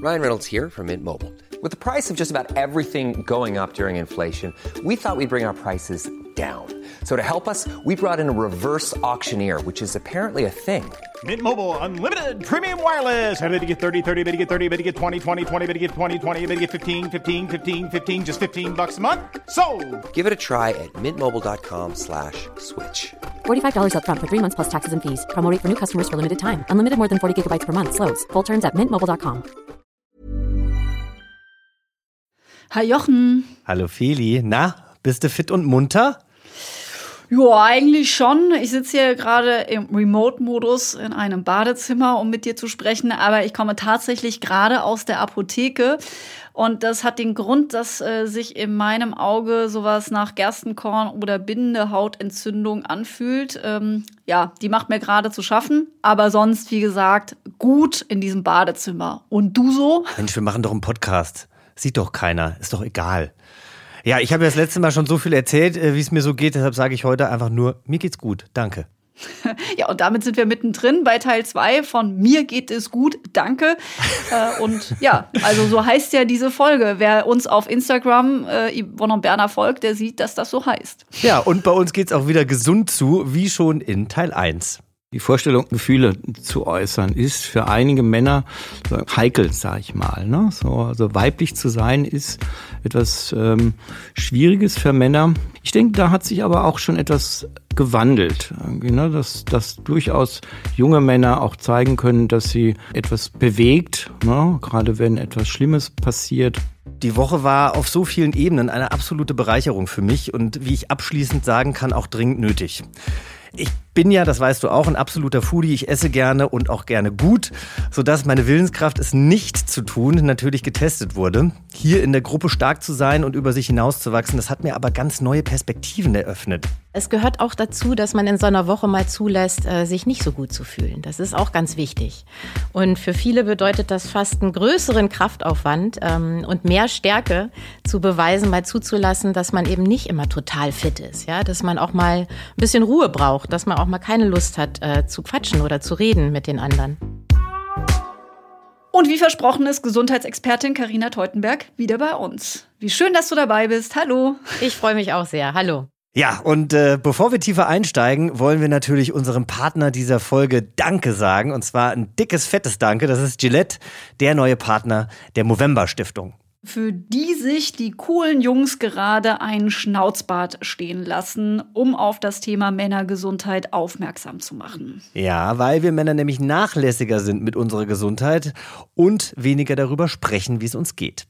Ryan Reynolds here from Mint Mobile. With the price of just about everything going up during inflation, we thought we'd bring our prices down. So to help us, we brought in a reverse auctioneer, which is apparently a thing. Mint Mobile Unlimited Premium Wireless. How to get 30, 30, bit to get 30, bit to get 20, 20, 20, bit to get 20, 20, bit to get 15, 15, 15, 15, just $15 a month? Sold! Give it a try at mintmobile.com/switch. $45 up front for 3 months plus taxes and fees. Promo rate for new customers for limited time. Unlimited more than 40 gigabytes per month. Slows full terms at mintmobile.com. Hi Jochen. Hallo Feli. Na, bist du fit und munter? Ja, eigentlich schon. Ich sitze hier gerade im Remote-Modus in einem Badezimmer, um mit dir zu sprechen. Aber ich komme tatsächlich gerade aus der Apotheke. Und das hat den Grund, dass sich in meinem Auge sowas nach Gerstenkorn oder Bindehautentzündung anfühlt. Ja, die macht mir gerade zu schaffen. Aber sonst, wie gesagt, gut in diesem Badezimmer. Und du so? Mensch, wir machen doch einen Podcast. Sieht doch keiner. Ist doch egal. Ja, ich habe ja das letzte Mal schon so viel erzählt, wie es mir so geht. Deshalb sage ich heute einfach nur, mir geht's gut. Danke. Ja, und damit sind wir mittendrin bei Teil 2 von Mir geht es gut, danke. Und ja, also so heißt ja diese Folge. Wer uns auf Instagram, Yvonne und Berner folgt, der sieht, dass das so heißt. Ja, und bei uns geht's auch wieder gesund zu, wie schon in Teil 1. Die Vorstellung, Gefühle zu äußern, ist für einige Männer heikel, sag ich mal. Ne? Also weiblich zu sein ist etwas Schwieriges für Männer. Ich denke, da hat sich aber auch schon etwas gewandelt. Ne? Dass durchaus junge Männer auch zeigen können, dass sie etwas bewegt, ne? Gerade wenn etwas Schlimmes passiert. Die Woche war auf so vielen Ebenen eine absolute Bereicherung für mich und wie ich abschließend sagen kann, auch dringend nötig. Ich bin ja, das weißt du auch, ein absoluter Foodie. Ich esse gerne und auch gerne gut, sodass meine Willenskraft, es nicht zu tun, natürlich getestet wurde. Hier in der Gruppe stark zu sein und über sich hinauszuwachsen, das hat mir aber ganz neue Perspektiven eröffnet. Es gehört auch dazu, dass man in so einer Woche mal zulässt, sich nicht so gut zu fühlen. Das ist auch ganz wichtig. Und für viele bedeutet das fast einen größeren Kraftaufwand und mehr Stärke zu beweisen, mal zuzulassen, dass man eben nicht immer total fit ist. Ja? Dass man auch mal ein bisschen Ruhe braucht, dass man auch mal keine Lust hat, zu quatschen oder zu reden mit den anderen. Und wie versprochen ist Gesundheitsexpertin Carina Teutenberg wieder bei uns. Wie schön, dass du dabei bist. Hallo. Ich freue mich auch sehr. Hallo. Ja, und bevor wir tiefer einsteigen, wollen wir natürlich unserem Partner dieser Folge Danke sagen. Und zwar ein dickes, fettes Danke. Das ist Gillette, der neue Partner der Movember Stiftung. Für die sich die coolen Jungs gerade einen Schnauzbart stehen lassen, um auf das Thema Männergesundheit aufmerksam zu machen. Ja, weil wir Männer nämlich nachlässiger sind mit unserer Gesundheit und weniger darüber sprechen, wie es uns geht.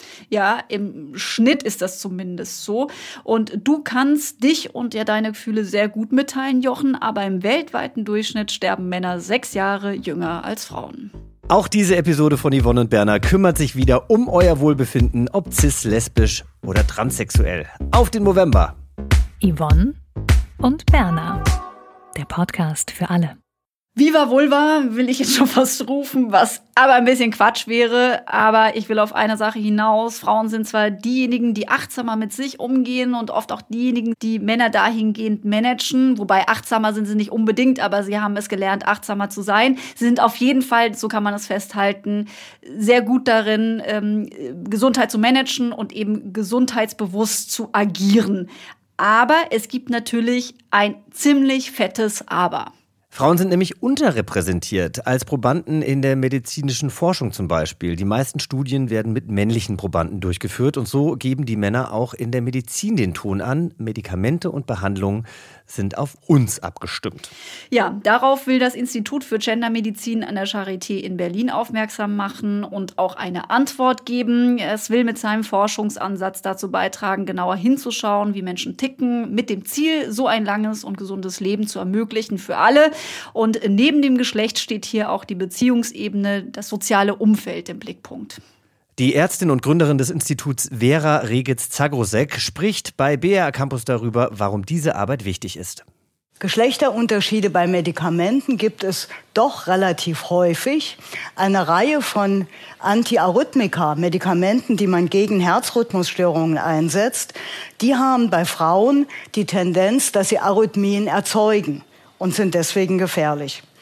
Ja, im Schnitt ist das zumindest so. Und du kannst dich und ja deine Gefühle sehr gut mitteilen, Jochen, aber im weltweiten Durchschnitt sterben Männer 6 Jahre jünger als Frauen. Auch diese Episode von Yvonne und Berner kümmert sich wieder um euer Wohlbefinden, ob cis, lesbisch oder transsexuell. Auf den Movember! Yvonne und Berner, der Podcast für alle. Viva Vulva will ich jetzt schon fast rufen, was aber ein bisschen Quatsch wäre. Aber ich will auf eine Sache hinaus. Frauen sind zwar diejenigen, die achtsamer mit sich umgehen und oft auch diejenigen, die Männer dahingehend managen. Wobei achtsamer sind sie nicht unbedingt, aber sie haben es gelernt, achtsamer zu sein. Sie sind auf jeden Fall, so kann man es festhalten, sehr gut darin, Gesundheit zu managen und eben gesundheitsbewusst zu agieren. Aber es gibt natürlich ein ziemlich fettes Aber. Frauen sind nämlich unterrepräsentiert, als Probanden in der medizinischen Forschung zum Beispiel. Die meisten Studien werden mit männlichen Probanden durchgeführt und so geben die Männer auch in der Medizin den Ton an. Medikamente und Behandlungen sind auf uns abgestimmt. Ja, darauf will das Institut für Gendermedizin an der Charité in Berlin aufmerksam machen und auch eine Antwort geben. Es will mit seinem Forschungsansatz dazu beitragen, genauer hinzuschauen, wie Menschen ticken, mit dem Ziel, so ein langes und gesundes Leben zu ermöglichen für alle. Und neben dem Geschlecht steht hier auch die Beziehungsebene, das soziale Umfeld im Blickpunkt. Die Ärztin und Gründerin des Instituts Vera Regic-Zagrosek spricht bei BR Campus darüber, warum diese Arbeit wichtig ist. Geschlechterunterschiede bei Medikamenten gibt es doch relativ häufig. Eine Reihe von Antiarrhythmika, Medikamenten, die man gegen Herzrhythmusstörungen einsetzt, die haben bei Frauen die Tendenz, dass sie Arrhythmien erzeugen und sind deswegen gefährlich.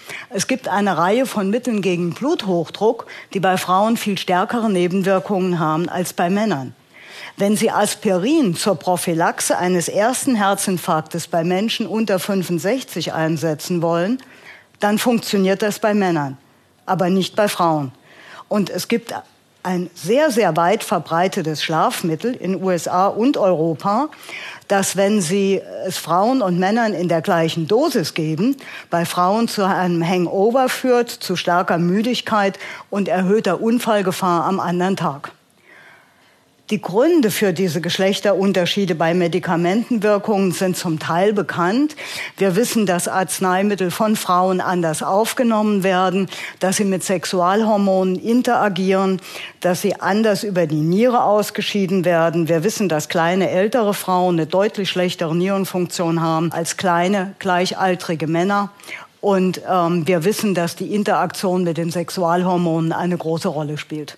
Es gibt eine Reihe von Mitteln gegen Bluthochdruck, die bei Frauen viel stärkere Nebenwirkungen haben als bei Männern. Wenn Sie Aspirin zur Prophylaxe eines ersten Herzinfarktes bei Menschen unter 65 einsetzen wollen, dann funktioniert das bei Männern, aber nicht bei Frauen. Und es gibt ein sehr, sehr weit verbreitetes Schlafmittel in USA und Europa, dass, wenn Sie es Frauen und Männern in der gleichen Dosis geben, bei Frauen zu einem Hangover führt, zu starker Müdigkeit und erhöhter Unfallgefahr am anderen Tag. Die Gründe für diese Geschlechterunterschiede bei Medikamentenwirkungen sind zum Teil bekannt. Wir wissen, dass Arzneimittel von Frauen anders aufgenommen werden, dass sie mit Sexualhormonen interagieren, dass sie anders über die Niere ausgeschieden werden. Wir wissen, dass kleine ältere Frauen eine deutlich schlechtere Nierenfunktion haben als kleine gleichaltrige Männer. Und wir wissen, dass die Interaktion mit den Sexualhormonen eine große Rolle spielt.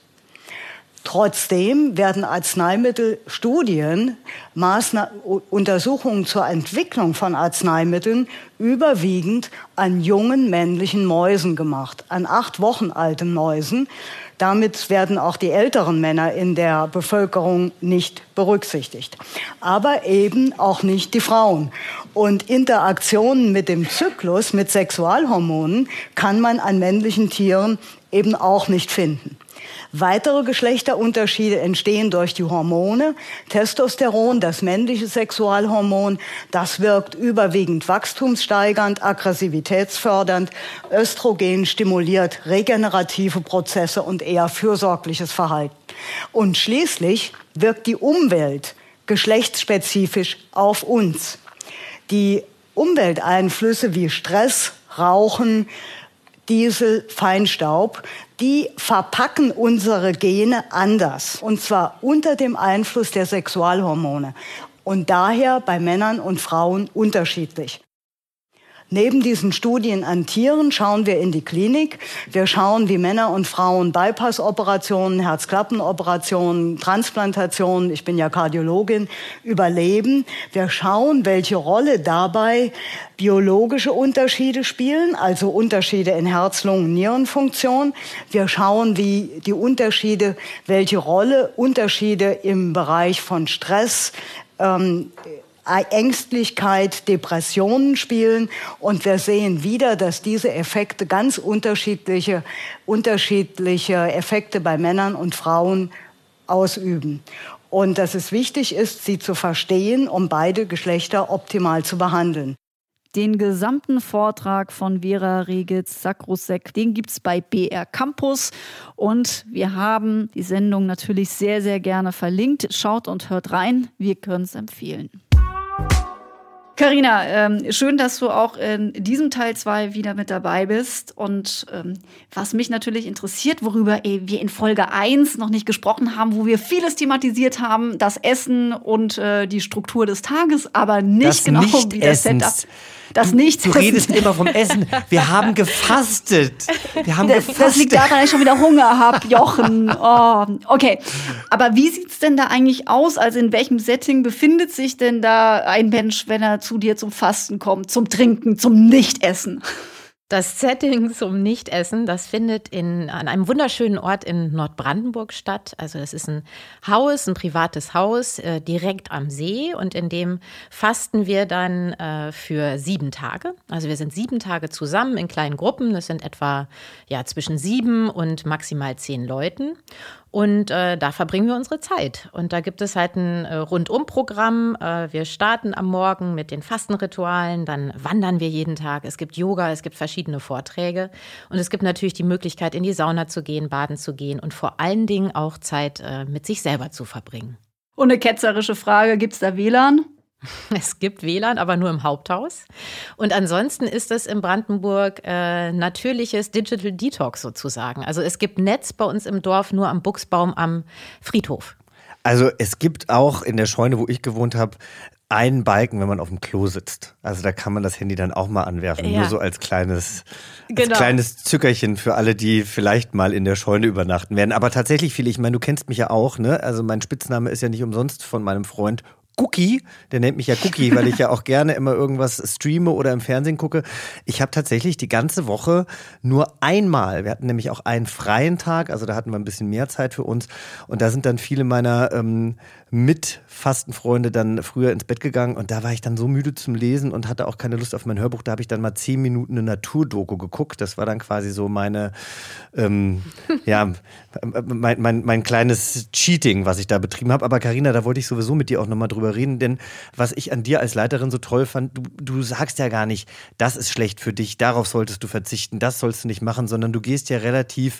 Trotzdem werden Arzneimittelstudien, Untersuchungen zur Entwicklung von Arzneimitteln überwiegend an jungen männlichen Mäusen gemacht, an 8 Wochen alten Mäusen. Damit werden auch die älteren Männer in der Bevölkerung nicht berücksichtigt. Aber eben auch nicht die Frauen. Und Interaktionen mit dem Zyklus, mit Sexualhormonen, kann man an männlichen Tieren eben auch nicht finden. Weitere Geschlechterunterschiede entstehen durch die Hormone. Testosteron, das männliche Sexualhormon, das wirkt überwiegend wachstumssteigernd, aggressivitätsfördernd. Östrogen stimuliert regenerative Prozesse und eher fürsorgliches Verhalten. Und schließlich wirkt die Umwelt geschlechtsspezifisch auf uns. Die Umwelteinflüsse wie Stress, Rauchen, Diesel, Feinstaub, die verpacken unsere Gene anders. Und zwar unter dem Einfluss der Sexualhormone. Und daher bei Männern und Frauen unterschiedlich. Neben diesen Studien an Tieren schauen wir in die Klinik. Wir schauen, wie Männer und Frauen Bypass-Operationen, Herzklappenoperationen, Transplantationen, ich bin ja Kardiologin, überleben. Wir schauen, welche Rolle dabei biologische Unterschiede spielen, also Unterschiede in Herz-, Lungen-, Nierenfunktion. Wir schauen, wie die Unterschiede, welche Rolle Unterschiede im Bereich von Stress, Ängstlichkeit, Depressionen spielen, und wir sehen wieder, dass diese Effekte ganz unterschiedliche Effekte bei Männern und Frauen ausüben. Und dass es wichtig ist, sie zu verstehen, um beide Geschlechter optimal zu behandeln. Den gesamten Vortrag von Vera Regitz-Sakrossek, den gibt's bei BR Campus. Und wir haben die Sendung natürlich sehr, sehr gerne verlinkt. Schaut und hört rein. Wir können es empfehlen. Carina, schön, dass du auch in diesem Teil 2 wieder mit dabei bist. Und was mich natürlich interessiert, worüber wir in Folge 1 noch nicht gesprochen haben, wo wir vieles thematisiert haben, das Essen und die Struktur des Tages, aber nicht das genau wie das Setup. Das Nichtsessen. Du redest immer vom Essen. Wir haben gefastet. Das liegt daran, dass ich schon wieder Hunger habe, Jochen. Oh, okay. Aber wie sieht's denn da eigentlich aus? Also in welchem Setting befindet sich denn da ein Mensch, wenn er zu dir zum Fasten kommt, zum Trinken, zum Nichtessen? Das Setting zum Nichtessen, das findet an einem wunderschönen Ort in Nordbrandenburg statt. Also das ist ein privates Haus, direkt am See, und in dem fasten wir dann für 7 Tage. Also wir sind 7 Tage zusammen in kleinen Gruppen. Das sind etwa zwischen 7 und maximal 10 Leuten. Und da verbringen wir unsere Zeit. Und da gibt es halt ein Rundumprogramm. Wir starten am Morgen mit den Fastenritualen, dann wandern wir jeden Tag. Es gibt Yoga, es gibt verschiedene Vorträge. Und es gibt natürlich die Möglichkeit, in die Sauna zu gehen, baden zu gehen und vor allen Dingen auch Zeit mit sich selber zu verbringen. Und eine ketzerische Frage, gibt's da WLAN? Es gibt WLAN, aber nur im Haupthaus. Und ansonsten ist es in Brandenburg natürliches Digital Detox sozusagen. Also es gibt Netz bei uns im Dorf nur am Buchsbaum am Friedhof. Also es gibt auch in der Scheune, wo ich gewohnt habe, einen Balken, wenn man auf dem Klo sitzt. Also da kann man das Handy dann auch mal anwerfen. Ja. Nur so als kleines Zückerchen für alle, die vielleicht mal in der Scheune übernachten werden. Aber tatsächlich, ich meine, du kennst mich ja auch, ne? Also mein Spitzname ist ja nicht umsonst von meinem Freund Cookie, der nennt mich ja Cookie, weil ich ja auch gerne immer irgendwas streame oder im Fernsehen gucke. Ich habe tatsächlich die ganze Woche nur einmal, wir hatten nämlich auch einen freien Tag, also da hatten wir ein bisschen mehr Zeit für uns und da sind dann viele meiner Mitfastenfreunde dann früher ins Bett gegangen und da war ich dann so müde zum Lesen und hatte auch keine Lust auf mein Hörbuch. Da habe ich dann mal 10 Minuten eine Naturdoku geguckt. Das war dann quasi so meine, mein kleines Cheating, was ich da betrieben habe. Aber Carina, da wollte ich sowieso mit dir auch nochmal drüber reden, denn was ich an dir als Leiterin so toll fand, du sagst ja gar nicht, das ist schlecht für dich, darauf solltest du verzichten, das sollst du nicht machen, sondern du gehst ja relativ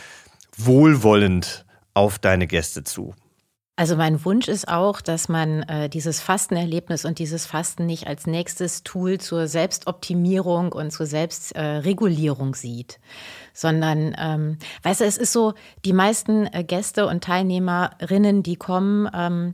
wohlwollend auf deine Gäste zu. Also mein Wunsch ist auch, dass man dieses Fastenerlebnis und dieses Fasten nicht als nächstes Tool zur Selbstoptimierung und zur Selbstregulierung sieht, sondern, weißt du, es ist so, die meisten Gäste und Teilnehmerinnen, die kommen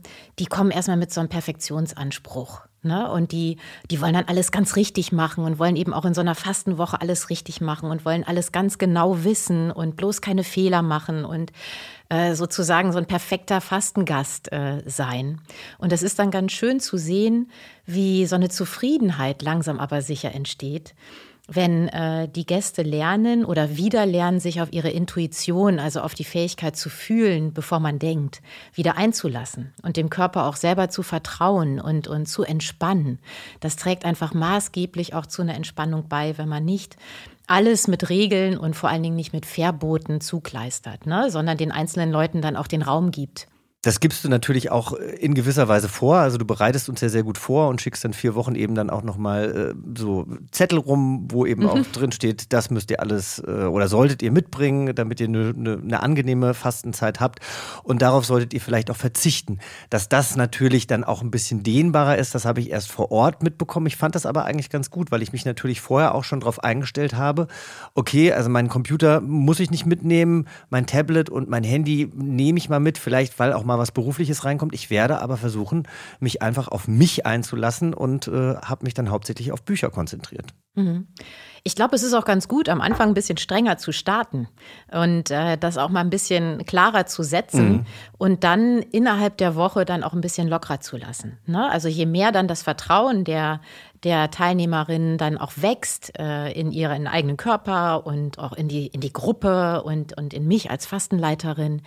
erstmal mit so einem Perfektionsanspruch. Ne? Und die wollen dann alles ganz richtig machen und wollen eben auch in so einer Fastenwoche alles richtig machen und wollen alles ganz genau wissen und bloß keine Fehler machen und sozusagen so ein perfekter Fastengast sein. Und das ist dann ganz schön zu sehen, wie so eine Zufriedenheit langsam aber sicher entsteht, wenn die Gäste lernen oder wieder lernen, sich auf ihre Intuition, also auf die Fähigkeit zu fühlen, bevor man denkt, wieder einzulassen und dem Körper auch selber zu vertrauen und zu entspannen. Das trägt einfach maßgeblich auch zu einer Entspannung bei, wenn man nicht alles mit Regeln und vor allen Dingen nicht mit Verboten zukleistert, ne? Sondern den einzelnen Leuten dann auch den Raum gibt. Das gibst du natürlich auch in gewisser Weise vor. Also du bereitest uns ja sehr gut vor und schickst dann 4 Wochen eben dann auch nochmal so Zettel rum, wo eben auch drin steht, das müsst ihr alles oder solltet ihr mitbringen, damit ihr eine angenehme Fastenzeit habt. Und darauf solltet ihr vielleicht auch verzichten. Dass das natürlich dann auch ein bisschen dehnbarer ist, das habe ich erst vor Ort mitbekommen. Ich fand das aber eigentlich ganz gut, weil ich mich natürlich vorher auch schon darauf eingestellt habe, okay, also meinen Computer muss ich nicht mitnehmen, mein Tablet und mein Handy nehme ich mal mit, vielleicht weil auch mal was Berufliches reinkommt. Ich werde aber versuchen, mich einfach auf mich einzulassen und habe mich dann hauptsächlich auf Bücher konzentriert. Mhm. Ich glaube, es ist auch ganz gut, am Anfang ein bisschen strenger zu starten und das auch mal ein bisschen klarer zu setzen und dann innerhalb der Woche dann auch ein bisschen lockerer zu lassen. Ne? Also je mehr dann das Vertrauen der Teilnehmerinnen dann auch wächst in ihren eigenen Körper und auch in die Gruppe und in mich als Fastenleiterin,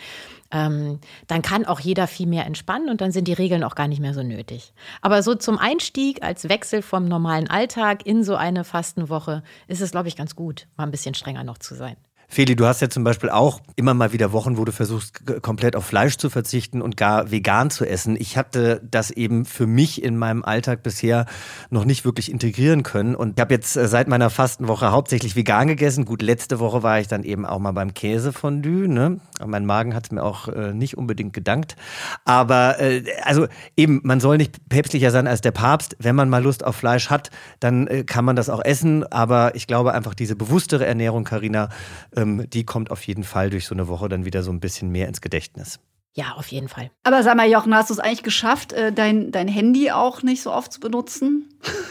dann kann auch jeder viel mehr entspannen und dann sind die Regeln auch gar nicht mehr so nötig. Aber so zum Einstieg als Wechsel vom normalen Alltag in so eine Fastenwoche ist es, glaube ich, ganz gut, mal ein bisschen strenger noch zu sein. Feli, du hast ja zum Beispiel auch immer mal wieder Wochen, wo du versuchst, komplett auf Fleisch zu verzichten und gar vegan zu essen. Ich hatte das eben für mich in meinem Alltag bisher noch nicht wirklich integrieren können. Und ich habe jetzt seit meiner Fastenwoche hauptsächlich vegan gegessen. Gut, letzte Woche war ich dann eben auch mal beim Käsefondue. Ne? Mein Magen hat es mir auch nicht unbedingt gedankt. Aber also eben, man soll nicht päpstlicher sein als der Papst. Wenn man mal Lust auf Fleisch hat, dann kann man das auch essen. Aber ich glaube einfach, diese bewusstere Ernährung, Carina, die kommt auf jeden Fall durch so eine Woche dann wieder so ein bisschen mehr ins Gedächtnis. Ja, auf jeden Fall. Aber sag mal, Jochen, hast du es eigentlich geschafft, dein Handy auch nicht so oft zu benutzen?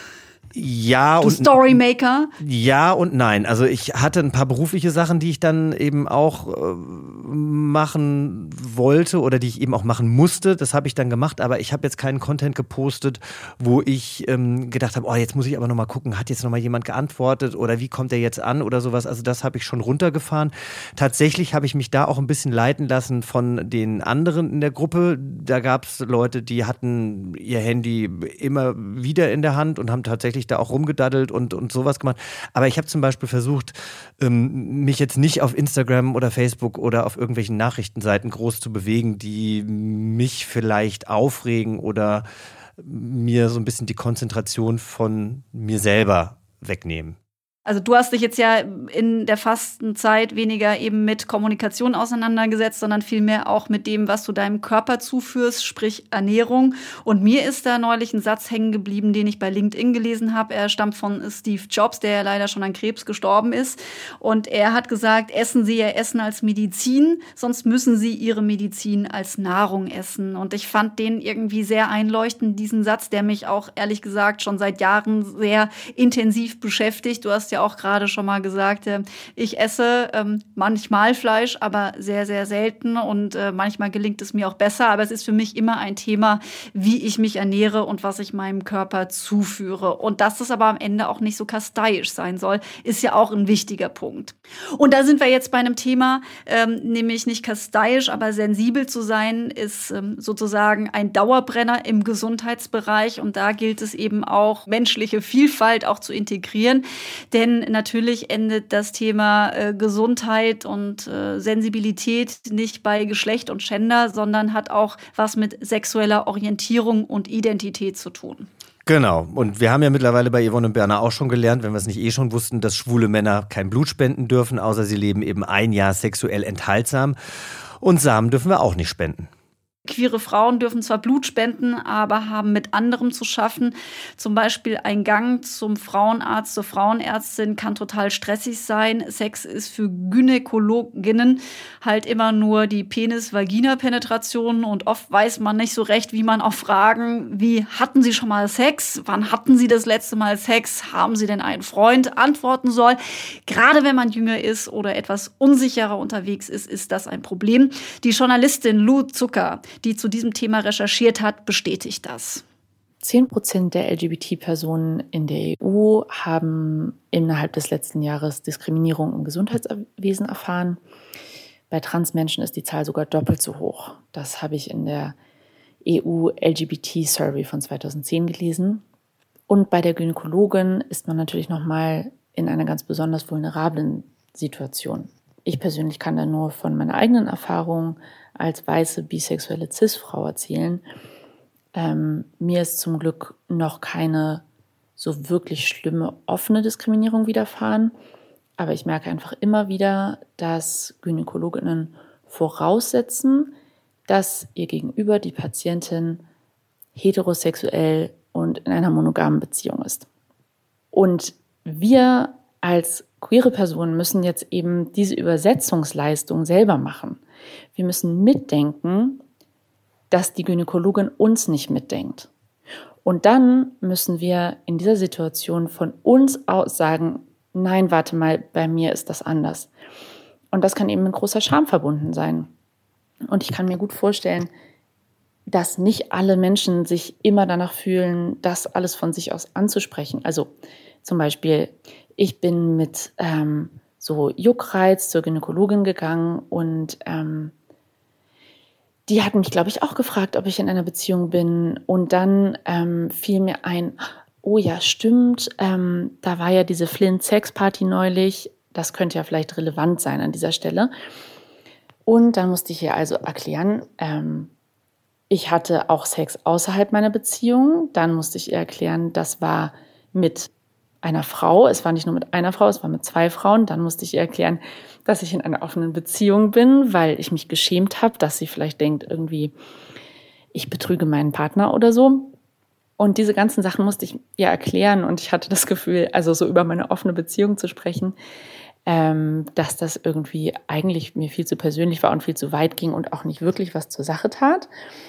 Ja du und Storymaker? Ja und nein. Also ich hatte ein paar berufliche Sachen, die ich dann eben auch machen wollte oder die ich eben auch machen musste. Das habe ich dann gemacht, aber ich habe jetzt keinen Content gepostet, wo ich gedacht habe, oh, jetzt muss ich aber nochmal gucken, hat jetzt nochmal jemand geantwortet oder wie kommt der jetzt an oder sowas. Also das habe ich schon runtergefahren. Tatsächlich habe ich mich da auch ein bisschen leiten lassen von den anderen in der Gruppe. Da gab es Leute, die hatten ihr Handy immer wieder in der Hand und haben tatsächlich da auch rumgedaddelt und sowas gemacht. Aber ich habe zum Beispiel versucht, mich jetzt nicht auf Instagram oder Facebook oder auf irgendwelchen Nachrichtenseiten groß zu bewegen, die mich vielleicht aufregen oder mir so ein bisschen die Konzentration von mir selber wegnehmen. Also du hast dich jetzt ja in der Fastenzeit weniger eben mit Kommunikation auseinandergesetzt, sondern vielmehr auch mit dem, was du deinem Körper zuführst, sprich Ernährung. Und mir ist da neulich ein Satz hängen geblieben, den ich bei LinkedIn gelesen habe. Er stammt von Steve Jobs, der ja leider schon an Krebs gestorben ist. Und er hat gesagt, essen Sie Ihr Essen als Medizin, sonst müssen Sie Ihre Medizin als Nahrung essen. Und ich fand den irgendwie sehr einleuchtend, diesen Satz, der mich auch ehrlich gesagt schon seit Jahren sehr intensiv beschäftigt. Du hast hast ja auch gerade schon mal gesagt, ich esse manchmal Fleisch, aber sehr, sehr selten und manchmal gelingt es mir auch besser. Aber es ist für mich immer ein Thema, wie ich mich ernähre und was ich meinem Körper zuführe. Und dass das aber am Ende auch nicht so kasteiisch sein soll, ist ja auch ein wichtiger Punkt. Und da sind wir jetzt bei einem Thema, nämlich nicht kasteiisch, aber sensibel zu sein, ist sozusagen ein Dauerbrenner im Gesundheitsbereich. Und da gilt es eben auch, menschliche Vielfalt auch zu integrieren. Denn natürlich endet das Thema Gesundheit und Sensibilität nicht bei Geschlecht und Gender, sondern hat auch was mit sexueller Orientierung und Identität zu tun. Genau. Und wir haben ja mittlerweile bei Yvonne und Berna auch schon gelernt, wenn wir es nicht schon wussten, dass schwule Männer kein Blut spenden dürfen, außer sie leben eben ein Jahr sexuell enthaltsam. Und Samen dürfen wir auch nicht spenden. Queere Frauen dürfen zwar Blut spenden, aber haben mit anderem zu schaffen. Zum Beispiel ein Gang zum Frauenarzt, zur Frauenärztin kann total stressig sein. Sex ist für Gynäkologinnen halt immer nur die Penis-Vagina-Penetration und oft weiß man nicht so recht, wie man auf Fragen wie, hatten Sie schon mal Sex? Wann hatten Sie das letzte Mal Sex? Haben Sie denn einen Freund? Antworten soll. Gerade wenn man jünger ist oder etwas unsicherer unterwegs ist, ist das ein Problem. Die Journalistin Lou Zucker, die zu diesem Thema recherchiert hat, bestätigt das. 10% der LGBT-Personen in der EU haben innerhalb des letzten Jahres Diskriminierung im Gesundheitswesen erfahren. Bei Transmenschen ist die Zahl sogar doppelt so hoch. Das habe ich in der EU-LGBT-Survey von 2010 gelesen. Und bei der Gynäkologin ist man natürlich nochmal in einer ganz besonders vulnerablen Situation. Ich persönlich kann da nur von meiner eigenen Erfahrung als weiße, bisexuelle Cis-Frau erzählen. Mir ist zum Glück noch keine so wirklich schlimme offene Diskriminierung widerfahren. Aber ich merke einfach immer wieder, dass Gynäkologinnen voraussetzen, dass ihr Gegenüber, die Patientin, heterosexuell und in einer monogamen Beziehung ist. Und wir als queere Personen müssen jetzt eben diese Übersetzungsleistung selber machen. Wir müssen mitdenken, dass die Gynäkologin uns nicht mitdenkt. Und dann müssen wir in dieser Situation von uns aus sagen, nein, warte mal, bei mir ist das anders. Und das kann eben mit großer Scham verbunden sein. Und ich kann mir gut vorstellen, dass nicht alle Menschen sich immer danach fühlen, das alles von sich aus anzusprechen. Also zum Beispiel, ich bin mit so Juckreiz zur Gynäkologin gegangen und die hat mich, glaube ich, auch gefragt, ob ich in einer Beziehung bin. Und dann fiel mir ein, oh ja, stimmt, da war ja diese Flint-Sex-Party neulich. Das könnte ja vielleicht relevant sein an dieser Stelle. Und dann musste ich ihr also erklären, ich hatte auch Sex außerhalb meiner Beziehung. Dann musste ich ihr erklären, das war mit einer Frau. Es war nicht nur mit einer Frau, es war mit 2 Frauen. Dann musste ich ihr erklären, dass ich in einer offenen Beziehung bin, weil ich mich geschämt habe, dass sie vielleicht denkt, irgendwie, ich betrüge meinen Partner oder so. Und diese ganzen Sachen musste ich ihr erklären. Und ich hatte das Gefühl, also so über meine offene Beziehung zu sprechen, dass das irgendwie eigentlich mir viel zu persönlich war und viel zu weit ging und auch nicht wirklich was zur Sache tat.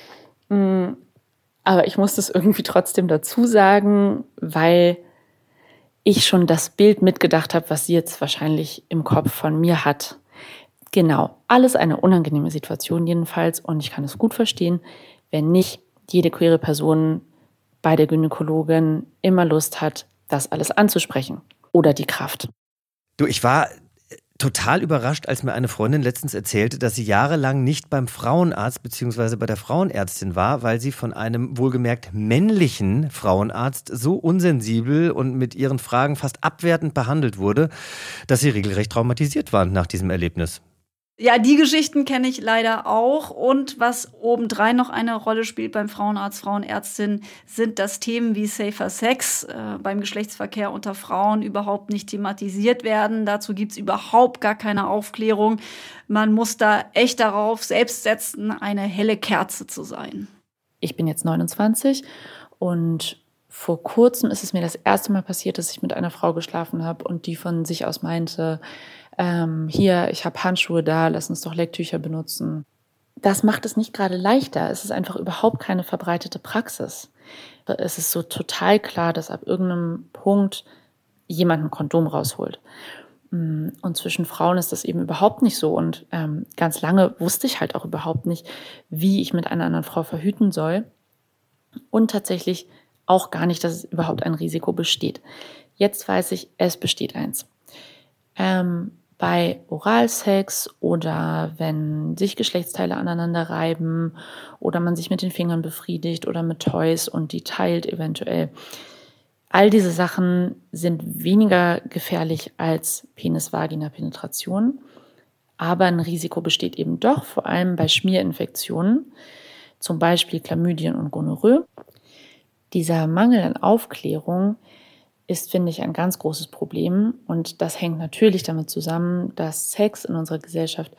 Aber ich musste es irgendwie trotzdem dazu sagen, weil ich schon das Bild mitgedacht habe, was sie jetzt wahrscheinlich im Kopf von mir hat. Genau, alles eine unangenehme Situation jedenfalls. Und ich kann es gut verstehen, wenn nicht jede queere Person bei der Gynäkologin immer Lust hat, das alles anzusprechen oder die Kraft. Du, ich war total überrascht, als mir eine Freundin letztens erzählte, dass sie jahrelang nicht beim Frauenarzt bzw. bei der Frauenärztin war, weil sie von einem wohlgemerkt männlichen Frauenarzt so unsensibel und mit ihren Fragen fast abwertend behandelt wurde, dass sie regelrecht traumatisiert waren nach diesem Erlebnis. Ja, die Geschichten kenne ich leider auch. Und was obendrein noch eine Rolle spielt beim Frauenarzt, Frauenärztin, sind das Themen wie Safer Sex beim Geschlechtsverkehr unter Frauen überhaupt nicht thematisiert werden. Dazu gibt's überhaupt gar keine Aufklärung. Man muss da echt darauf selbst setzen, eine helle Kerze zu sein. Ich bin jetzt 29 und vor kurzem ist es mir das erste Mal passiert, dass ich mit einer Frau geschlafen habe und die von sich aus meinte, hier, ich habe Handschuhe da, lass uns doch Lecktücher benutzen. Das macht es nicht gerade leichter. Es ist einfach überhaupt keine verbreitete Praxis. Es ist so total klar, dass ab irgendeinem Punkt jemand ein Kondom rausholt. Und zwischen Frauen ist das eben überhaupt nicht so. Und ganz lange wusste ich halt auch überhaupt nicht, wie ich mit einer anderen Frau verhüten soll. Und tatsächlich auch gar nicht, dass es überhaupt ein Risiko besteht. Jetzt weiß ich, es besteht eins. Bei Oralsex oder wenn sich Geschlechtsteile aneinander reiben oder man sich mit den Fingern befriedigt oder mit Toys und die teilt eventuell. All diese Sachen sind weniger gefährlich als Penis-Vagina-Penetration, aber ein Risiko besteht eben doch, vor allem bei Schmierinfektionen, zum Beispiel Chlamydien und Gonorrhoe. Dieser Mangel an Aufklärung ist, finde ich, ein ganz großes Problem und das hängt natürlich damit zusammen, dass Sex in unserer Gesellschaft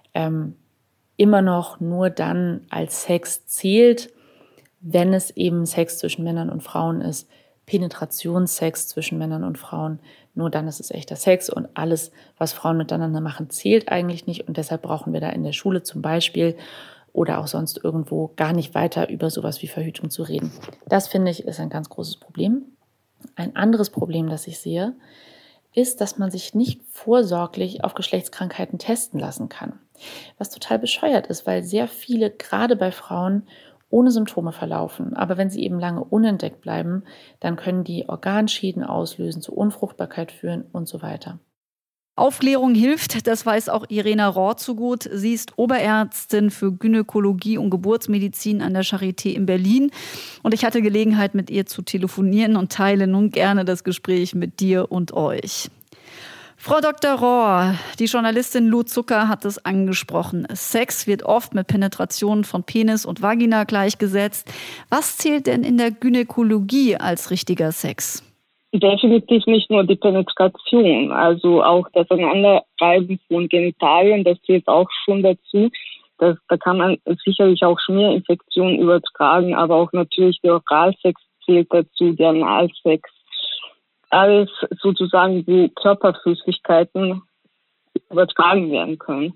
immer noch nur dann als Sex zählt, wenn es eben Sex zwischen Männern und Frauen ist. Penetrationssex zwischen Männern und Frauen, nur dann ist es echter Sex und alles, was Frauen miteinander machen, zählt eigentlich nicht und deshalb brauchen wir da in der Schule zum Beispiel oder auch sonst irgendwo gar nicht weiter über sowas wie Verhütung zu reden. Das, finde ich, ist ein ganz großes Problem. Ein anderes Problem, das ich sehe, ist, dass man sich nicht vorsorglich auf Geschlechtskrankheiten testen lassen kann. Was total bescheuert ist, weil sehr viele, gerade bei Frauen, ohne Symptome verlaufen. Aber wenn sie eben lange unentdeckt bleiben, dann können die Organschäden auslösen, zu Unfruchtbarkeit führen und so weiter. Aufklärung hilft, das weiß auch Irena Rohr zu gut. Sie ist Oberärztin für Gynäkologie und Geburtsmedizin an der Charité in Berlin. Und ich hatte Gelegenheit, mit ihr zu telefonieren und teile nun gerne das Gespräch mit dir und euch. Frau Dr. Rohr, die Journalistin Lou Zucker hat es angesprochen. Sex wird oft mit Penetration von Penis und Vagina gleichgesetzt. Was zählt denn in der Gynäkologie als richtiger Sex? Definitiv nicht nur die Penetration, also auch das Aneinanderreiben von Genitalien, das zählt auch schon dazu. Da kann man sicherlich auch Schmierinfektionen übertragen, aber auch natürlich der Oralsex zählt dazu, der Analsex. Alles sozusagen, wo Körperflüssigkeiten übertragen werden können.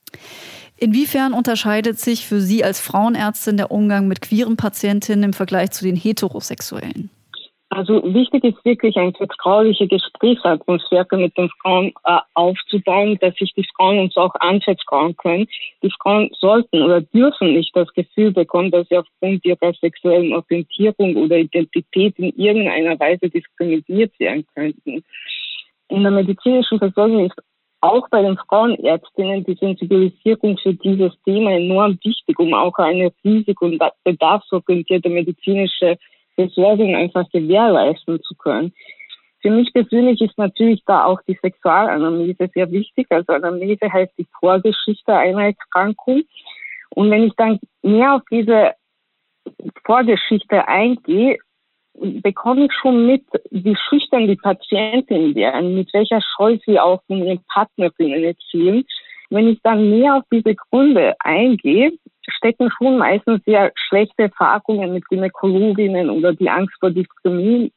Inwiefern unterscheidet sich für Sie als Frauenärztin der Umgang mit queeren Patientinnen im Vergleich zu den Heterosexuellen? Also wichtig ist wirklich, eine vertrauliche Gesprächsatmosphäre mit den Frauen aufzubauen, dass sich die Frauen uns auch anvertrauen können. Die Frauen sollten oder dürfen nicht das Gefühl bekommen, dass sie aufgrund ihrer sexuellen Orientierung oder Identität in irgendeiner Weise diskriminiert werden könnten. In der medizinischen Versorgung ist auch bei den Frauenärztinnen die Sensibilisierung für dieses Thema enorm wichtig, um auch eine risiko- und bedarfsorientierte medizinische Versorgung einfach gewährleisten zu können. Für mich persönlich ist natürlich da auch die Sexualanamnese sehr wichtig. Also Anamnese heißt die Vorgeschichte einer Erkrankung. Und wenn ich dann mehr auf diese Vorgeschichte eingehe, bekomme ich schon mit, wie schüchtern die Patientinnen wären, mit welcher Scheu sie auch von ihren Partnerinnen erzählen. Wenn ich dann mehr auf diese Gründe eingehe, stecken schon meistens sehr schlechte Erfahrungen mit Gynäkologinnen oder die Angst vor Diskriminierung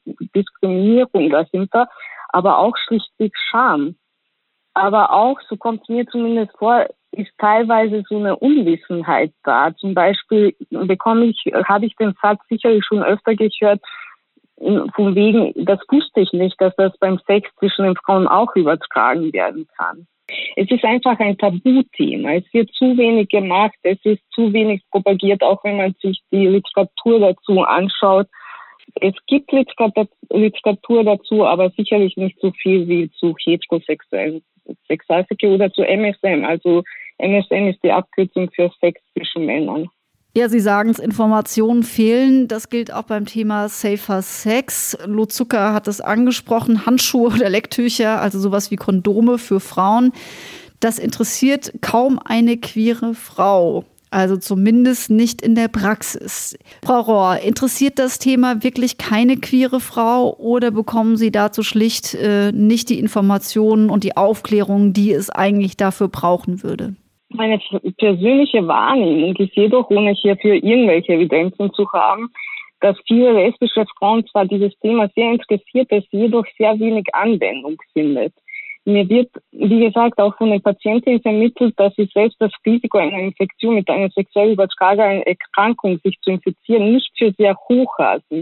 dahinter, aber auch schlichtweg Scham. Aber auch, so kommt es mir zumindest vor, ist teilweise so eine Unwissenheit da. Zum Beispiel habe ich den Satz sicherlich schon öfter gehört, von wegen, das wusste ich nicht, dass das beim Sex zwischen den Frauen auch übertragen werden kann. Es ist einfach ein Tabuthema. Es wird zu wenig gemacht, es ist zu wenig propagiert, auch wenn man sich die Literatur dazu anschaut. Es gibt Literatur dazu, aber sicherlich nicht so viel wie zu heterosexuellen Sexualverkehr oder zu MSM. Also MSM ist die Abkürzung für Sex zwischen Männern. Ja, Sie sagen es, Informationen fehlen. Das gilt auch beim Thema Safer Sex. Lou Zucker hat es angesprochen, Handschuhe oder Lecktücher, also sowas wie Kondome für Frauen. Das interessiert kaum eine queere Frau. Also zumindest nicht in der Praxis. Frau Rohr, interessiert das Thema wirklich keine queere Frau oder bekommen Sie dazu schlicht nicht die Informationen und die Aufklärung, die es eigentlich dafür brauchen würde? Meine persönliche Wahrnehmung ist jedoch, ohne hierfür irgendwelche Evidenzen zu haben, dass viele lesbische Frauen zwar dieses Thema sehr interessiert, es jedoch sehr wenig Anwendung findet. Mir wird, wie gesagt, auch von den Patientinnen vermittelt, dass sie selbst das Risiko einer Infektion mit einer sexuell übertragbaren Erkrankung, sich zu infizieren, nicht für sehr hoch halten.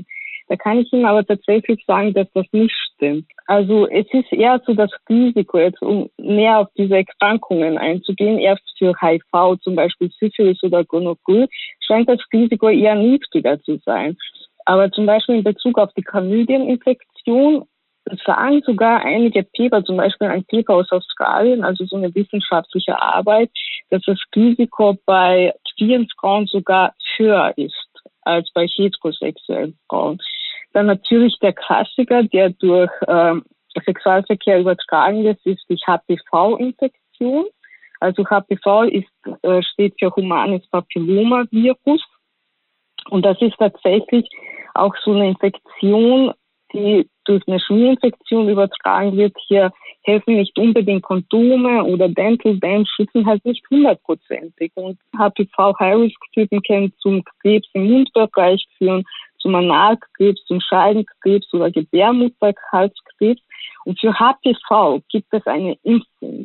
Da kann ich Ihnen aber tatsächlich sagen, dass das nicht stimmt. Also es ist eher so das Risiko, jetzt um näher auf diese Erkrankungen einzugehen, erst für HIV, zum Beispiel Syphilis oder Gonorrhoe, scheint das Risiko eher niedriger zu sein. Aber zum Beispiel in Bezug auf die Chlamydieninfektion sagen sogar einige Paper, zum Beispiel ein Paper aus Australien, also so eine wissenschaftliche Arbeit, dass das Risiko bei queeren Frauen sogar höher ist als bei heterosexuellen Frauen. Dann natürlich der Klassiker, der durch Sexualverkehr übertragen wird, ist die HPV-Infektion. Also HPV steht für humanes Papillomavirus. Und das ist tatsächlich auch so eine Infektion, die durch eine Schmierinfektion übertragen wird. Hier helfen nicht unbedingt Kondome oder Dental Dams, schützen halt nicht 100%. Und HPV-High-Risk-Typen können zum Krebs im Mundbereich führen, zum Analkrebs, zum Scheidenkrebs oder Gebärmutterhalskrebs. Und für HPV gibt es eine Impfung.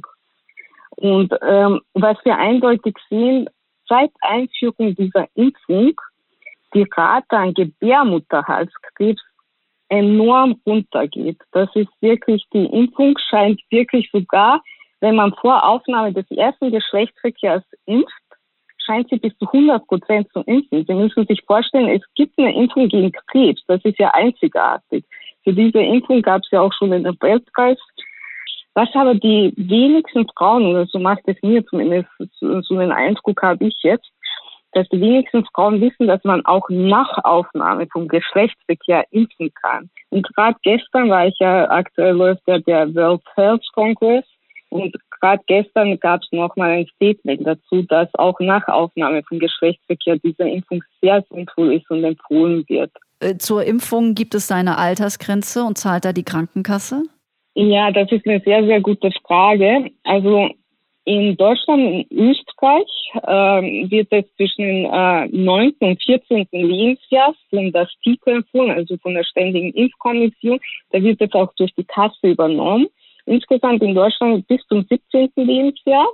Und was wir eindeutig sehen, seit Einführung dieser Impfung, die Rate an Gebärmutterhalskrebs enorm runtergeht. Das ist wirklich, die Impfung scheint wirklich sogar, wenn man vor Aufnahme des ersten Geschlechtsverkehrs impft, scheint sie bis zu 100% zu impfen. Sie müssen sich vorstellen, es gibt eine Impfung gegen Krebs. Das ist ja einzigartig. Für diese Impfung gab es ja auch schon den Nobelpreis. Was aber die wenigsten Frauen, oder so macht es mir zumindest, so einen Eindruck habe ich jetzt, dass die wenigsten Frauen wissen, dass man auch nach Aufnahme vom Geschlechtsverkehr impfen kann. Und gerade gestern aktuell läuft ja der World Health Congress, und gerade gestern gab es nochmal ein Statement dazu, dass auch nach Aufnahme vom Geschlechtsverkehr diese Impfung sehr sinnvoll ist und empfohlen wird. Zur Impfung gibt es da eine Altersgrenze und zahlt da die Krankenkasse? Ja, das ist eine sehr, sehr gute Frage. Also in Deutschland und Österreich wird es zwischen dem 9. und 14. Lebensjahr von der STIKO empfohlen, also von der Ständigen Impfkommission. Da wird es auch durch die Kasse übernommen. Insgesamt in Deutschland bis zum 17. Lebensjahr.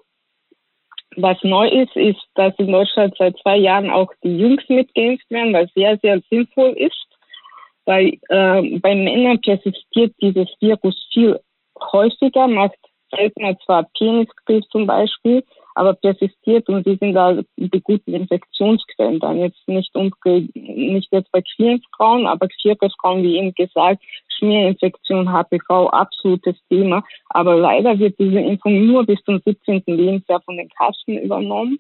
Was neu ist, dass in Deutschland seit 2 Jahren auch die Jungs mitgeimpft werden, was sehr, sehr sinnvoll ist. Weil bei Männern persistiert dieses Virus viel häufiger, macht seltener zwar Peniskrebs zum Beispiel, aber persistiert, und sie sind da die guten Infektionsquellen. Dann jetzt nicht jetzt bei queeren Frauen, aber queere Frauen, wie eben gesagt, Schmierinfektion, HPV, absolutes Thema. Aber leider wird diese Impfung nur bis zum 17. Lebensjahr von den Kassen übernommen.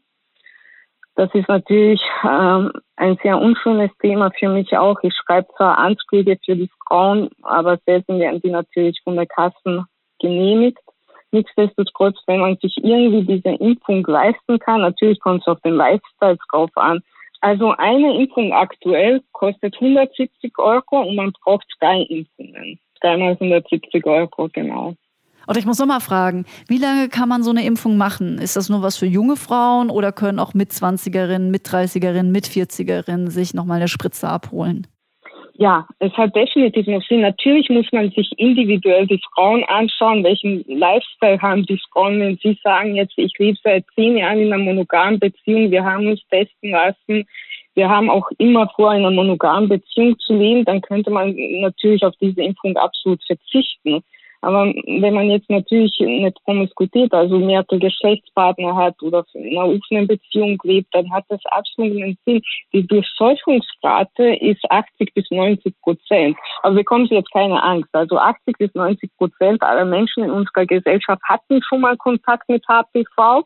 Das ist natürlich ein sehr unschönes Thema für mich auch. Ich schreibe zwar Anträge für die Frauen, aber selten werden die natürlich von den Kassen genehmigt. Nichtsdestotrotz, wenn man sich irgendwie diese Impfung leisten kann, natürlich kommt es auf den Lifestyle drauf an. Also eine Impfung aktuell kostet 170 € und man braucht 3 Impfungen. 3 mal 170 €, genau. Oder ich muss noch mal fragen, wie lange kann man so eine Impfung machen? Ist das nur was für junge Frauen oder können auch Mit-20erinnen, Mit-30erinnen, Mit-40erinnen sich nochmal eine Spritze abholen? Ja, es hat definitiv noch Sinn. Natürlich muss man sich individuell die Frauen anschauen, welchen Lifestyle haben die Frauen. Wenn sie sagen jetzt, ich lebe seit 10 Jahren in einer monogamen Beziehung, wir haben uns testen lassen, wir haben auch immer vor, in einer monogamen Beziehung zu leben, dann könnte man natürlich auf diese Impfung absolut verzichten. Aber wenn man jetzt natürlich eine Promiskuität, also mehrere Geschlechtspartner hat oder in einer offenen Beziehung lebt, dann hat das absolut einen Sinn. Die Durchseuchungsrate ist 80-90%. Aber bekommen Sie jetzt keine Angst. Also 80-90% aller Menschen in unserer Gesellschaft hatten schon mal Kontakt mit HPV.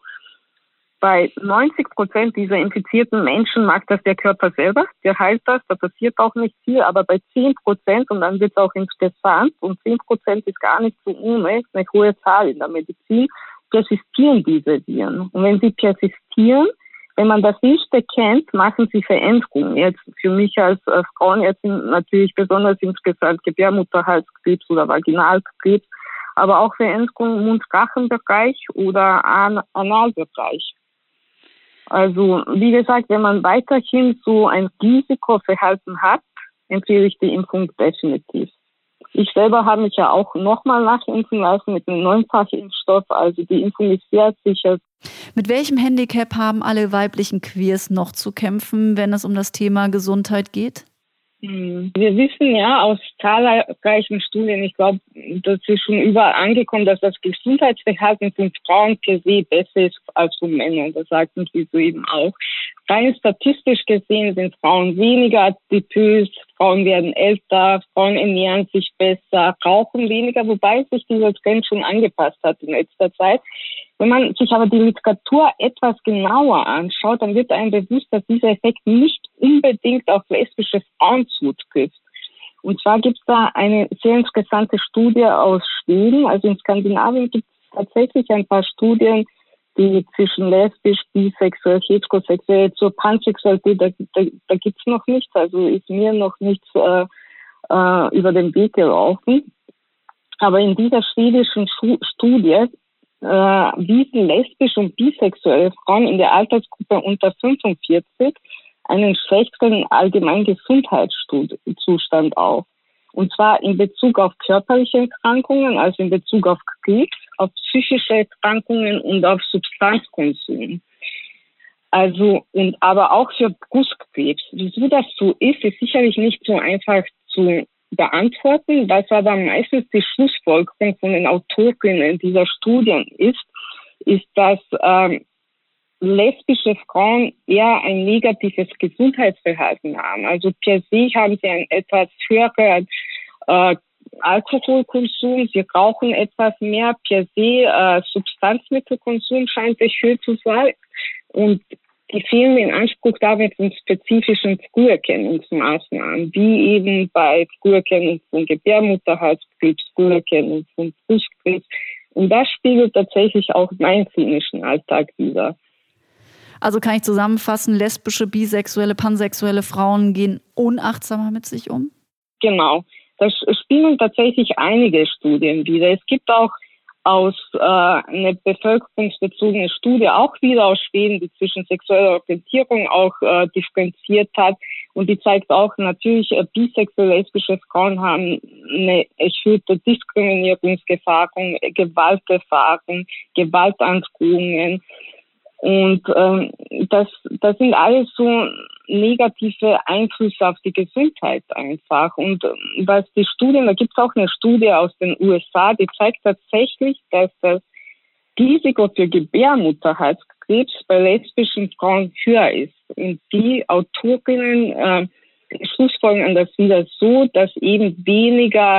Bei 90% dieser infizierten Menschen mag das der Körper selber, der heilt das, da passiert auch nicht viel, aber bei 10%, und dann wird es auch interessant, und 10% ist gar nicht so ohne, ist eine hohe Zahl in der Medizin, persistieren diese Viren. Und wenn sie persistieren, wenn man das nicht erkennt, machen sie Veränderungen. Jetzt für mich als Frauenärztin natürlich besonders insgesamt Gebärmutterhalskrebs oder Vaginalkrebs, aber auch Veränderungen im Mund-Rachenbereich oder Analbereich. Also, wie gesagt, wenn man weiterhin so ein Risikoverhalten hat, empfehle ich die Impfung definitiv. Ich selber habe mich ja auch nochmal nachimpfen lassen mit einem 9-fach-Impfstoff, also die Impfung ist sehr sicher. Mit welchem Handicap haben alle weiblichen Queers noch zu kämpfen, wenn es um das Thema Gesundheit geht? Wir wissen ja aus zahlreichen Studien, ich glaube, das ist schon überall angekommen, dass das Gesundheitsverhalten von Frauen per se besser ist als von Männern. Das sagten Sie soeben auch. Rein statistisch gesehen sind Frauen weniger adipös, Frauen werden älter, Frauen ernähren sich besser, rauchen weniger, wobei sich dieser Trend schon angepasst hat in letzter Zeit. Wenn man sich aber die Literatur etwas genauer anschaut, dann wird einem bewusst, dass dieser Effekt nicht unbedingt auf lesbische Frauen zutrifft. Und zwar gibt es da eine sehr interessante Studie aus Schweden. Also in Skandinavien gibt es tatsächlich ein paar Studien, die zwischen lesbisch, bisexuell, heterosexuell zur Pansexualität, da gibt es noch nichts. Also ist mir noch nichts über den Weg gelaufen. Aber in dieser schwedischen Studie wiesen lesbische und bisexuelle Frauen in der Altersgruppe unter 45 einen schlechteren allgemeinen Gesundheitszustand auf. Und zwar in Bezug auf körperliche Erkrankungen, also in Bezug auf Krebs, auf psychische Erkrankungen und auf Substanzkonsum. Also, und aber auch für Brustkrebs. Wieso das so ist sicherlich nicht so einfach zu beantworten. Was aber meistens die Schlussfolgerung von den Autorinnen dieser Studien ist, dass lesbische Frauen eher ein negatives Gesundheitsverhalten haben. Also per se haben sie einen etwas höheren Alkoholkonsum, sie rauchen etwas mehr, per se Substanzmittelkonsum scheint sich höher zu sein und die fehlenden Anspruch dabei von spezifischen Früherkennungsmaßnahmen, wie eben bei Früherkennung von Gebärmutterhalskrebs, Früherkennung von Brustkrebs. Und das spiegelt tatsächlich auch meinen klinischen Alltag wider. Also kann ich zusammenfassen, lesbische, bisexuelle, pansexuelle Frauen gehen unachtsamer mit sich um? Genau. Das spiegeln tatsächlich einige Studien wider. Es gibt auch eine bevölkerungsbezogene Studie, auch wieder aus Schweden, die zwischen sexueller Orientierung auch differenziert hat. Und die zeigt auch natürlich, bisexuelle, lesbische Frauen haben eine erhöhte Diskriminierungserfahrung, Gewalterfahrung, Gewaltandrohungen. Und das sind alles so negative Einflüsse auf die Gesundheit einfach. Und was die Studien, da gibt es auch eine Studie aus den USA, die zeigt tatsächlich, dass das Risiko für Gebärmutterhalskrebs bei lesbischen Frauen höher ist. Und die Autorinnen schlussfolgern das wieder so, dass eben weniger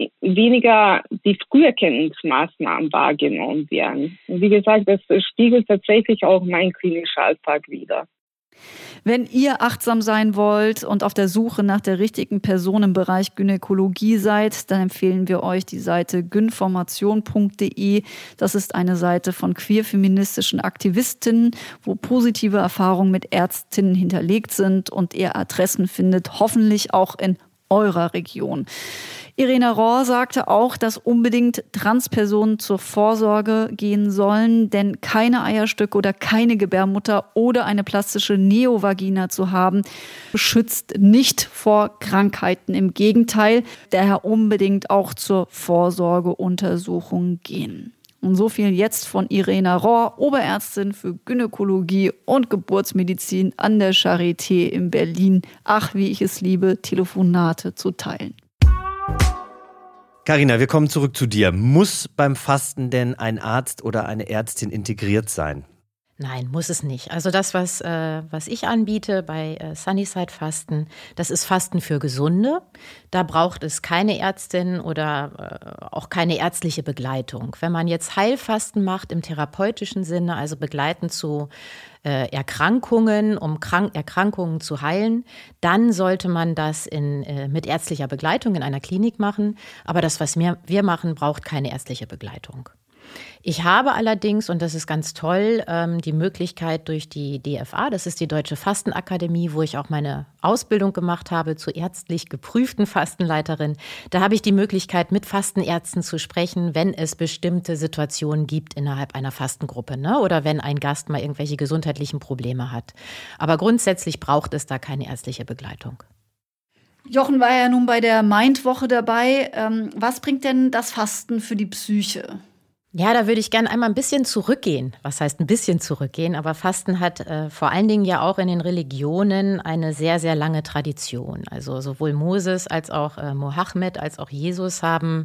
die Früherkennungsmaßnahmen wahrgenommen werden. Und wie gesagt, das spiegelt tatsächlich auch meinen klinischen Alltag wider. Wenn ihr achtsam sein wollt und auf der Suche nach der richtigen Person im Bereich Gynäkologie seid, dann empfehlen wir euch die Seite gynformation.de. Das ist eine Seite von queer-feministischen Aktivistinnen, wo positive Erfahrungen mit Ärztinnen hinterlegt sind und ihr Adressen findet, hoffentlich auch in eurer Region. Irena Rohr sagte auch, dass unbedingt Transpersonen zur Vorsorge gehen sollen, denn keine Eierstöcke oder keine Gebärmutter oder eine plastische Neovagina zu haben, schützt nicht vor Krankheiten. Im Gegenteil, daher unbedingt auch zur Vorsorgeuntersuchung gehen. Und so viel jetzt von Irena Rohr, Oberärztin für Gynäkologie und Geburtsmedizin an der Charité in Berlin. Ach, wie ich es liebe, Telefonate zu teilen. Carina, wir kommen zurück zu dir. Muss beim Fasten denn ein Arzt oder eine Ärztin integriert sein? Nein, muss es nicht. Also das, was ich anbiete bei Sunnyside Fasten, das ist Fasten für Gesunde. Da braucht es keine Ärztin oder auch keine ärztliche Begleitung. Wenn man jetzt Heilfasten macht im therapeutischen Sinne, also begleitend zu Erkrankungen, um Erkrankungen zu heilen, dann sollte man das mit ärztlicher Begleitung in einer Klinik machen. Aber das, was wir machen, braucht keine ärztliche Begleitung. Ich habe allerdings, und das ist ganz toll, die Möglichkeit durch die DFA, das ist die Deutsche Fastenakademie, wo ich auch meine Ausbildung gemacht habe zur ärztlich geprüften Fastenleiterin. Da habe ich die Möglichkeit, mit Fastenärzten zu sprechen, wenn es bestimmte Situationen gibt innerhalb einer Fastengruppe, ne? Oder wenn ein Gast mal irgendwelche gesundheitlichen Probleme hat. Aber grundsätzlich braucht es da keine ärztliche Begleitung. Jochen war ja nun bei der Mind-Woche dabei. Was bringt denn das Fasten für die Psyche? Ja, da würde ich gerne einmal ein bisschen zurückgehen. Was heißt ein bisschen zurückgehen? Aber Fasten hat vor allen Dingen ja auch in den Religionen eine sehr, sehr lange Tradition. Also sowohl Moses als auch Mohammed als auch Jesus haben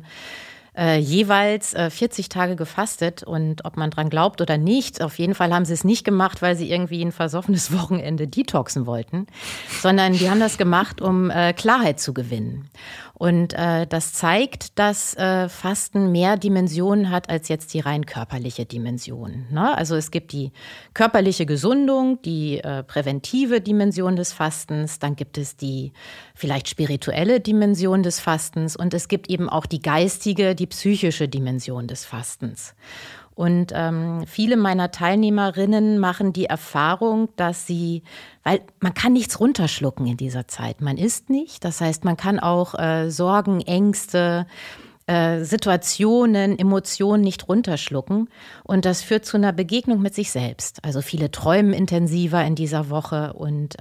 jeweils 40 Tage gefastet. Und ob man dran glaubt oder nicht, auf jeden Fall haben sie es nicht gemacht, weil sie irgendwie ein versoffenes Wochenende detoxen wollten, sondern die haben das gemacht, um Klarheit zu gewinnen. Und das zeigt, dass Fasten mehr Dimensionen hat als jetzt die rein körperliche Dimension. Ne? Also es gibt die körperliche Gesundung, die präventive Dimension des Fastens, dann gibt es die vielleicht spirituelle Dimension des Fastens und es gibt eben auch die geistige, die psychische Dimension des Fastens. Und viele meiner Teilnehmerinnen machen die Erfahrung, dass sie, weil man kann nichts runterschlucken in dieser Zeit. Man isst nicht, das heißt, man kann auch Sorgen, Ängste, Situationen, Emotionen nicht runterschlucken. Und das führt zu einer Begegnung mit sich selbst. Also viele träumen intensiver in dieser Woche und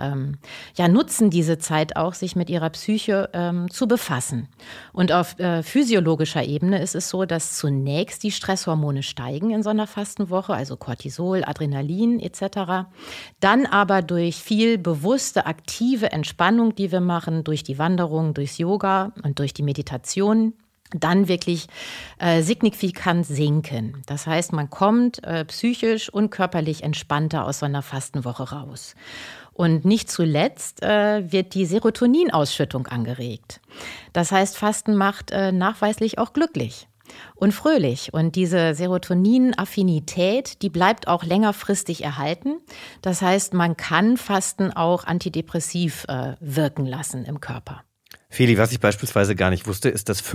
nutzen diese Zeit auch, sich mit ihrer Psyche zu befassen. Und auf physiologischer Ebene ist es so, dass zunächst die Stresshormone steigen in so einer Fastenwoche, also Cortisol, Adrenalin etc. Dann aber durch viel bewusste, aktive Entspannung, die wir machen, durch die Wanderung, durchs Yoga und durch die Meditation, dann wirklich signifikant sinken. Das heißt, man kommt psychisch und körperlich entspannter aus so einer Fastenwoche raus. Und nicht zuletzt wird die Serotoninausschüttung angeregt. Das heißt, Fasten macht nachweislich auch glücklich und fröhlich. Und diese Serotonin-Affinität, die bleibt auch längerfristig erhalten. Das heißt, man kann Fasten auch antidepressiv wirken lassen im Körper. Feli, was ich beispielsweise gar nicht wusste, ist, dass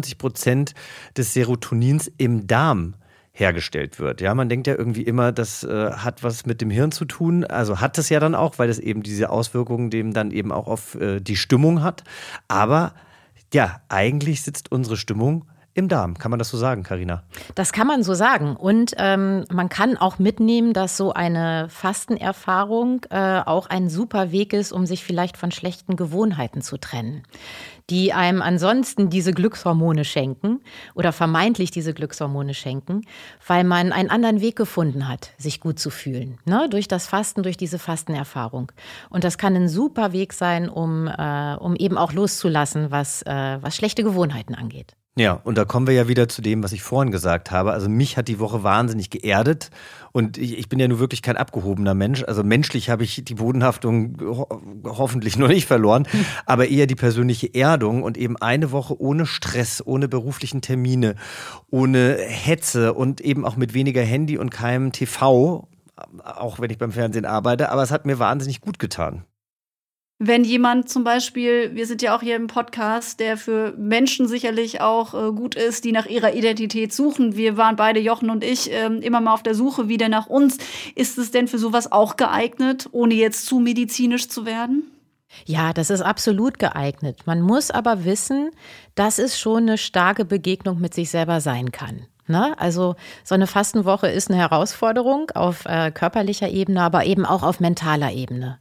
95% des Serotonins im Darm hergestellt wird. Ja, man denkt ja irgendwie immer, das hat was mit dem Hirn zu tun. Also hat es ja dann auch, weil es eben diese Auswirkungen dem dann eben auch auf die Stimmung hat. Aber ja, eigentlich sitzt unsere Stimmung im Darm. Kann man das so sagen, Carina? Das kann man so sagen. Und man kann auch mitnehmen, dass so eine Fastenerfahrung auch ein super Weg ist, um sich vielleicht von schlechten Gewohnheiten zu trennen, die einem ansonsten diese Glückshormone schenken oder vermeintlich diese Glückshormone schenken, weil man einen anderen Weg gefunden hat, sich gut zu fühlen, ne? Durch das Fasten, durch diese Fastenerfahrung. Und das kann ein super Weg sein, um eben auch loszulassen, was schlechte Gewohnheiten angeht. Ja, und da kommen wir ja wieder zu dem, was ich vorhin gesagt habe. Also mich hat die Woche wahnsinnig geerdet und ich bin ja nun wirklich kein abgehobener Mensch. Also menschlich habe ich die Bodenhaftung hoffentlich noch nicht verloren, aber eher die persönliche Erdung und eben eine Woche ohne Stress, ohne beruflichen Termine, ohne Hetze und eben auch mit weniger Handy und keinem TV, auch wenn ich beim Fernsehen arbeite, aber es hat mir wahnsinnig gut getan. Wenn jemand zum Beispiel, wir sind ja auch hier im Podcast, der für Menschen sicherlich auch gut ist, die nach ihrer Identität suchen. Wir waren beide, Jochen und ich, immer mal auf der Suche wieder nach uns. Ist es denn für sowas auch geeignet, ohne jetzt zu medizinisch zu werden? Ja, das ist absolut geeignet. Man muss aber wissen, dass es schon eine starke Begegnung mit sich selber sein kann. Ne? Also so eine Fastenwoche ist eine Herausforderung auf körperlicher Ebene, aber eben auch auf mentaler Ebene.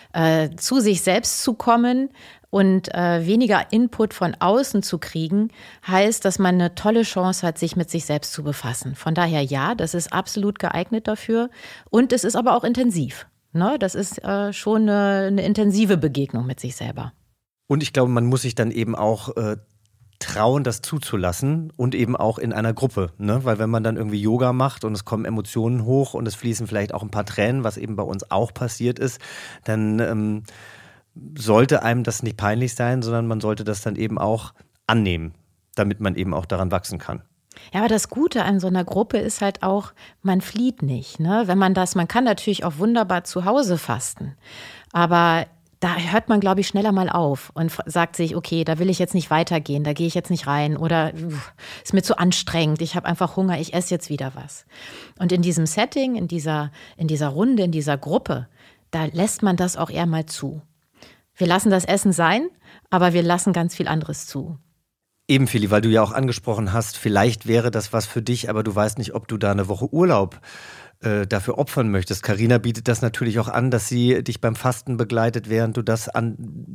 Zu sich selbst zu kommen und weniger Input von außen zu kriegen, heißt, dass man eine tolle Chance hat, sich mit sich selbst zu befassen. Von daher ja, das ist absolut geeignet dafür und es ist aber auch intensiv. Ne? Das ist schon eine intensive Begegnung mit sich selber. Und ich glaube, man muss sich dann eben auch trauen, das zuzulassen und eben auch in einer Gruppe, ne? Weil wenn man dann irgendwie Yoga macht und es kommen Emotionen hoch und es fließen vielleicht auch ein paar Tränen, was eben bei uns auch passiert ist, dann sollte einem das nicht peinlich sein, sondern man sollte das dann eben auch annehmen, damit man eben auch daran wachsen kann. Ja, aber das Gute an so einer Gruppe ist halt auch, man flieht nicht, ne? Man kann natürlich auch wunderbar zu Hause fasten, aber da hört man, glaube ich, schneller mal auf und sagt sich, okay, da will ich jetzt nicht weitergehen, da gehe ich jetzt nicht rein oder ist mir zu anstrengend, ich habe einfach Hunger, ich esse jetzt wieder was. Und in diesem Setting, in dieser Runde, in dieser Gruppe, da lässt man das auch eher mal zu. Wir lassen das Essen sein, aber wir lassen ganz viel anderes zu. Eben, Feli, weil du ja auch angesprochen hast, vielleicht wäre das was für dich, aber du weißt nicht, ob du da eine Woche Urlaub dafür opfern möchtest. Carina bietet das natürlich auch an, dass sie dich beim Fasten begleitet, während du das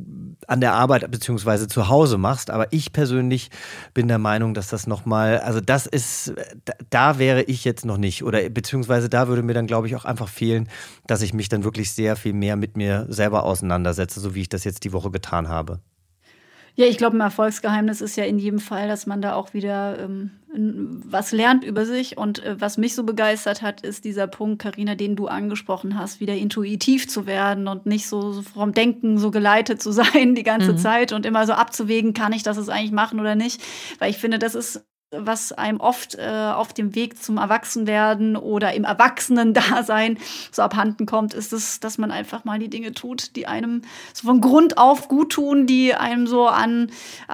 an der Arbeit bzw. zu Hause machst. Aber ich persönlich bin der Meinung, dass das nochmal, also das ist, da wäre ich jetzt noch nicht. Oder beziehungsweise da würde mir dann, glaube ich, auch einfach fehlen, dass ich mich dann wirklich sehr viel mehr mit mir selber auseinandersetze, so wie ich das jetzt die Woche getan habe. Ja, ich glaube, ein Erfolgsgeheimnis ist ja in jedem Fall, dass man da auch wieder was lernt über sich. Und was mich so begeistert hat, ist dieser Punkt, Carina, den du angesprochen hast, wieder intuitiv zu werden und nicht so vom Denken so geleitet zu sein die ganze Zeit und immer so abzuwägen, kann ich das jetzt eigentlich machen oder nicht. Weil ich finde, das ist was einem oft auf dem Weg zum Erwachsenwerden oder im Erwachsenen-Dasein so abhanden kommt, ist es, dass man einfach mal die Dinge tut, die einem so von Grund auf gut tun, die einem so an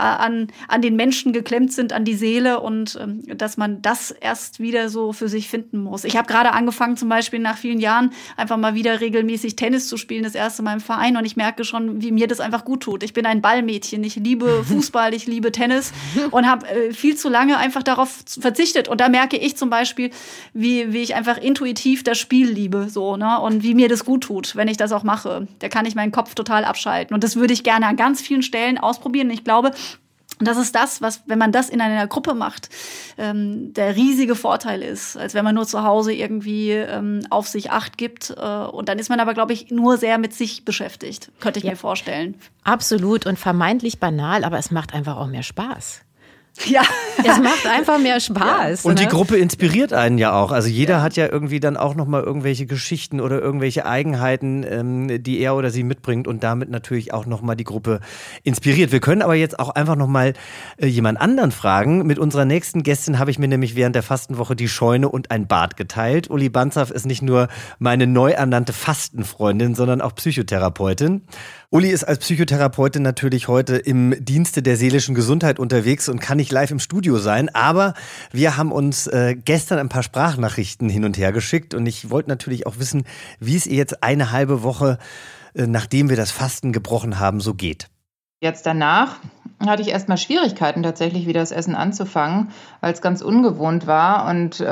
den Menschen geklemmt sind, an die Seele und dass man das erst wieder so für sich finden muss. Ich habe gerade angefangen, zum Beispiel nach vielen Jahren einfach mal wieder regelmäßig Tennis zu spielen, das erste Mal im Verein, und ich merke schon, wie mir das einfach gut tut. Ich bin ein Ballmädchen, ich liebe Fußball, ich liebe Tennis und habe viel zu lange einfach darauf verzichtet. Und da merke ich zum Beispiel, wie ich einfach intuitiv das Spiel liebe, so, ne? Und wie mir das gut tut, wenn ich das auch mache. Da kann ich meinen Kopf total abschalten. Und das würde ich gerne an ganz vielen Stellen ausprobieren. Und ich glaube, das ist das, was, wenn man das in einer Gruppe macht, der riesige Vorteil ist, als wenn man nur zu Hause irgendwie auf sich Acht gibt. Und dann ist man aber, glaube ich, nur sehr mit sich beschäftigt, könnte ich mir vorstellen. Absolut und vermeintlich banal, aber es macht einfach auch mehr Spaß. Ja. Es macht einfach mehr Spaß. Und die Gruppe inspiriert einen ja auch. Also jeder hat ja irgendwie dann auch nochmal irgendwelche Geschichten oder irgendwelche Eigenheiten, die er oder sie mitbringt und damit natürlich auch nochmal die Gruppe inspiriert. Wir können aber jetzt auch einfach nochmal jemand anderen fragen. Mit unserer nächsten Gästin habe ich mir nämlich während der Fastenwoche die Scheune und ein Bad geteilt. Uli Banzhaf ist nicht nur meine neu ernannte Fastenfreundin, sondern auch Psychotherapeutin. Uli ist als Psychotherapeutin natürlich heute im Dienste der seelischen Gesundheit unterwegs und kann nicht live im Studio sein, aber wir haben uns gestern ein paar Sprachnachrichten hin und her geschickt und ich wollte natürlich auch wissen, wie es ihr jetzt eine halbe Woche, nachdem wir das Fasten gebrochen haben, so geht. Jetzt danach hatte ich erstmal Schwierigkeiten, tatsächlich wieder das Essen anzufangen, weil es ganz ungewohnt war und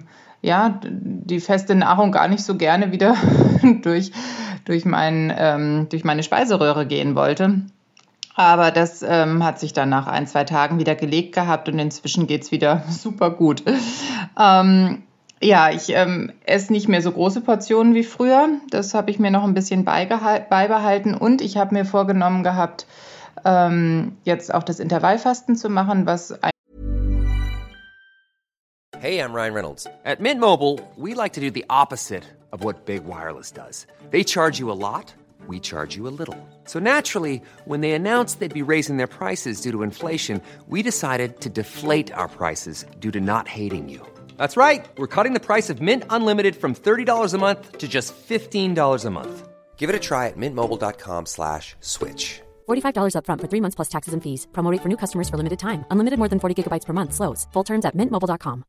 die feste Nahrung gar nicht so gerne wieder durch meine Speiseröhre gehen wollte. Aber das hat sich dann nach 1-2 Tagen wieder gelegt gehabt und inzwischen geht's wieder super gut. Ich esse nicht mehr so große Portionen wie früher. Das habe ich mir noch ein bisschen beibehalten und ich habe mir vorgenommen gehabt, jetzt auch das Intervallfasten zu machen, was Hey, I'm Ryan Reynolds. At Mint Mobile, we like to do the opposite of what Big Wireless does. They charge you a lot, we charge you a little. So naturally, when they announced they'd be raising their prices due to inflation, we decided to deflate our prices due to not hating you. That's right. We're cutting the price of Mint Unlimited from $30 a month to just $15 a month. Give it a try at mintmobile.com/switch. $45 up front for 3 months plus taxes and fees. Promo rate for new customers for limited time. Unlimited more than 40 gigabytes per month. Slows full terms at mintmobile.com.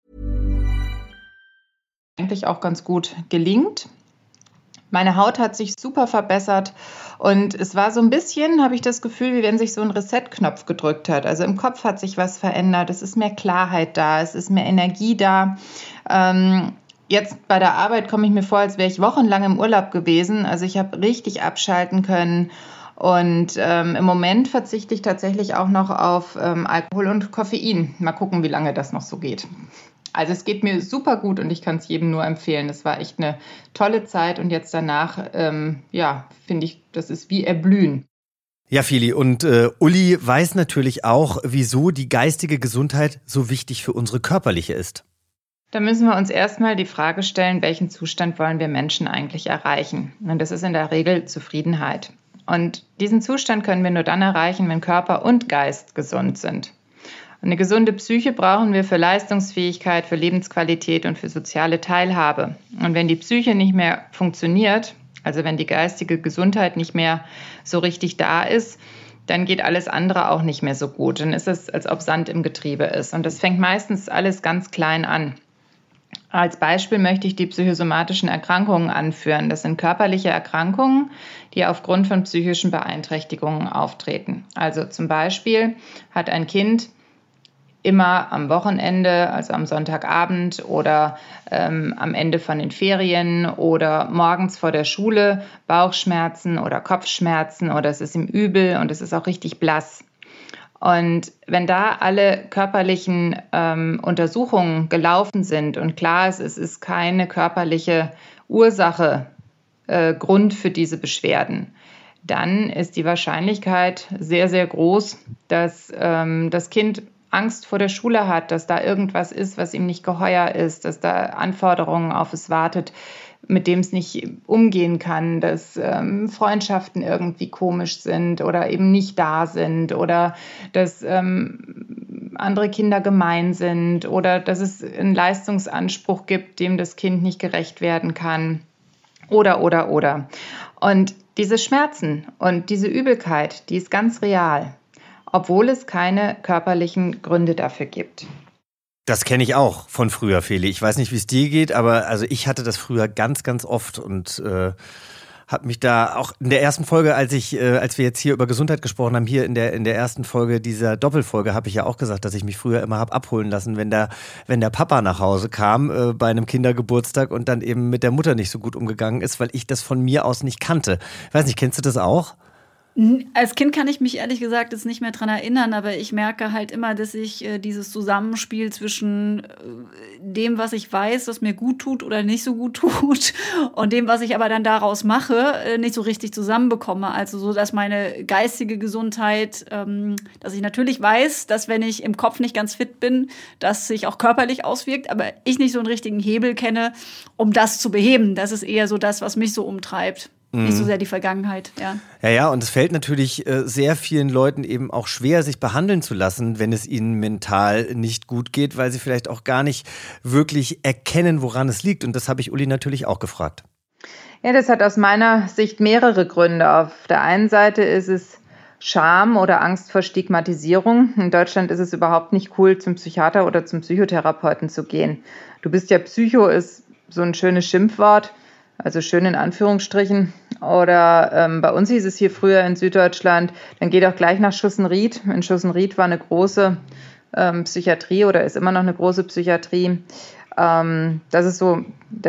Eigentlich auch ganz gut gelingt. Meine Haut hat sich super verbessert und es war so ein bisschen, habe ich das Gefühl, wie wenn sich so ein Reset-Knopf gedrückt hat. Also im Kopf hat sich was verändert, es ist mehr Klarheit da, es ist mehr Energie da. Jetzt bei der Arbeit komme ich mir vor, als wäre ich wochenlang im Urlaub gewesen. Also ich habe richtig abschalten können und im Moment verzichte ich tatsächlich auch noch auf Alkohol und Koffein. Mal gucken, wie lange das noch so geht. Also es geht mir super gut und ich kann es jedem nur empfehlen. Das war echt eine tolle Zeit und jetzt danach, finde ich, das ist wie Erblühen. Ja, Fili, und Uli weiß natürlich auch, wieso die geistige Gesundheit so wichtig für unsere körperliche ist. Da müssen wir uns erstmal die Frage stellen, welchen Zustand wollen wir Menschen eigentlich erreichen? Und das ist in der Regel Zufriedenheit. Und diesen Zustand können wir nur dann erreichen, wenn Körper und Geist gesund sind. Eine gesunde Psyche brauchen wir für Leistungsfähigkeit, für Lebensqualität und für soziale Teilhabe. Und wenn die Psyche nicht mehr funktioniert, also wenn die geistige Gesundheit nicht mehr so richtig da ist, dann geht alles andere auch nicht mehr so gut. Dann ist es, als ob Sand im Getriebe ist. Und das fängt meistens alles ganz klein an. Als Beispiel möchte ich die psychosomatischen Erkrankungen anführen. Das sind körperliche Erkrankungen, die aufgrund von psychischen Beeinträchtigungen auftreten. Also zum Beispiel hat ein Kind immer am Wochenende, also am Sonntagabend oder am Ende von den Ferien oder morgens vor der Schule Bauchschmerzen oder Kopfschmerzen oder es ist ihm übel und es ist auch richtig blass. Und wenn da alle körperlichen Untersuchungen gelaufen sind und klar ist, es ist keine körperliche Ursache, Grund für diese Beschwerden, dann ist die Wahrscheinlichkeit sehr, sehr groß, dass das Kind Angst vor der Schule hat, dass da irgendwas ist, was ihm nicht geheuer ist, dass da Anforderungen auf es wartet, mit dem es nicht umgehen kann, dass Freundschaften irgendwie komisch sind oder eben nicht da sind oder dass andere Kinder gemein sind oder dass es einen Leistungsanspruch gibt, dem das Kind nicht gerecht werden kann oder. Und diese Schmerzen und diese Übelkeit, die ist ganz real, obwohl es keine körperlichen Gründe dafür gibt. Das kenne ich auch von früher, Feli. Ich weiß nicht, wie es dir geht, aber also ich hatte das früher ganz, ganz oft und habe mich da auch in der ersten Folge, als wir jetzt hier über Gesundheit gesprochen haben, hier in der ersten Folge dieser Doppelfolge, habe ich ja auch gesagt, dass ich mich früher immer habe abholen lassen, wenn der Papa nach Hause kam bei einem Kindergeburtstag und dann eben mit der Mutter nicht so gut umgegangen ist, weil ich das von mir aus nicht kannte. Ich weiß nicht, kennst du das auch? Als Kind kann ich mich ehrlich gesagt jetzt nicht mehr dran erinnern, aber ich merke halt immer, dass ich dieses Zusammenspiel zwischen dem, was ich weiß, was mir gut tut oder nicht so gut tut und dem, was ich aber dann daraus mache, nicht so richtig zusammenbekomme. Also so, dass meine geistige Gesundheit, dass ich natürlich weiß, dass wenn ich im Kopf nicht ganz fit bin, das sich auch körperlich auswirkt, aber ich nicht so einen richtigen Hebel kenne, um das zu beheben. Das ist eher so das, was mich so umtreibt. Nicht so sehr die Vergangenheit, ja. Ja, und es fällt natürlich sehr vielen Leuten eben auch schwer, sich behandeln zu lassen, wenn es ihnen mental nicht gut geht, weil sie vielleicht auch gar nicht wirklich erkennen, woran es liegt. Und das habe ich Uli natürlich auch gefragt. Ja, das hat aus meiner Sicht mehrere Gründe. Auf der einen Seite ist es Scham oder Angst vor Stigmatisierung. In Deutschland ist es überhaupt nicht cool, zum Psychiater oder zum Psychotherapeuten zu gehen. Du bist ja Psycho, ist so ein schönes Schimpfwort. Also schön in Anführungsstrichen. Oder bei uns hieß es hier früher in Süddeutschland, dann geht auch gleich nach Schussenried. In Schussenried war eine große Psychiatrie oder ist immer noch eine große Psychiatrie. Das ist so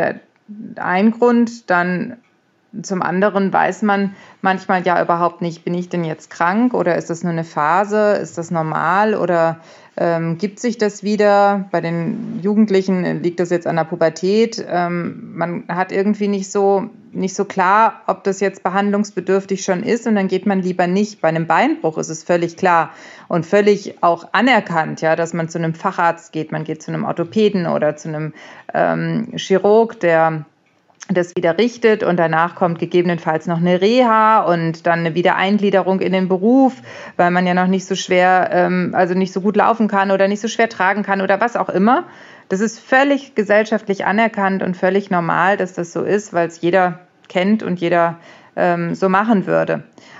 ein Grund. Dann zum anderen weiß man manchmal ja überhaupt nicht, bin ich denn jetzt krank oder ist das nur eine Phase, ist das normal oder gibt sich das wieder? Bei den Jugendlichen liegt das jetzt an der Pubertät. Man hat irgendwie nicht so klar, ob das jetzt behandlungsbedürftig schon ist und dann geht man lieber nicht. Bei einem Beinbruch ist es völlig klar und völlig auch anerkannt, ja, dass man zu einem Facharzt geht. Man geht zu einem Orthopäden oder zu einem Chirurg, der das wieder richtet und danach kommt gegebenenfalls noch eine Reha und dann eine Wiedereingliederung in den Beruf, weil man ja noch nicht so schwer, also nicht so gut laufen kann oder nicht so schwer tragen kann oder was auch immer. Das ist völlig gesellschaftlich anerkannt und völlig normal, dass das so ist, weil es jeder kennt und jeder so machen würde.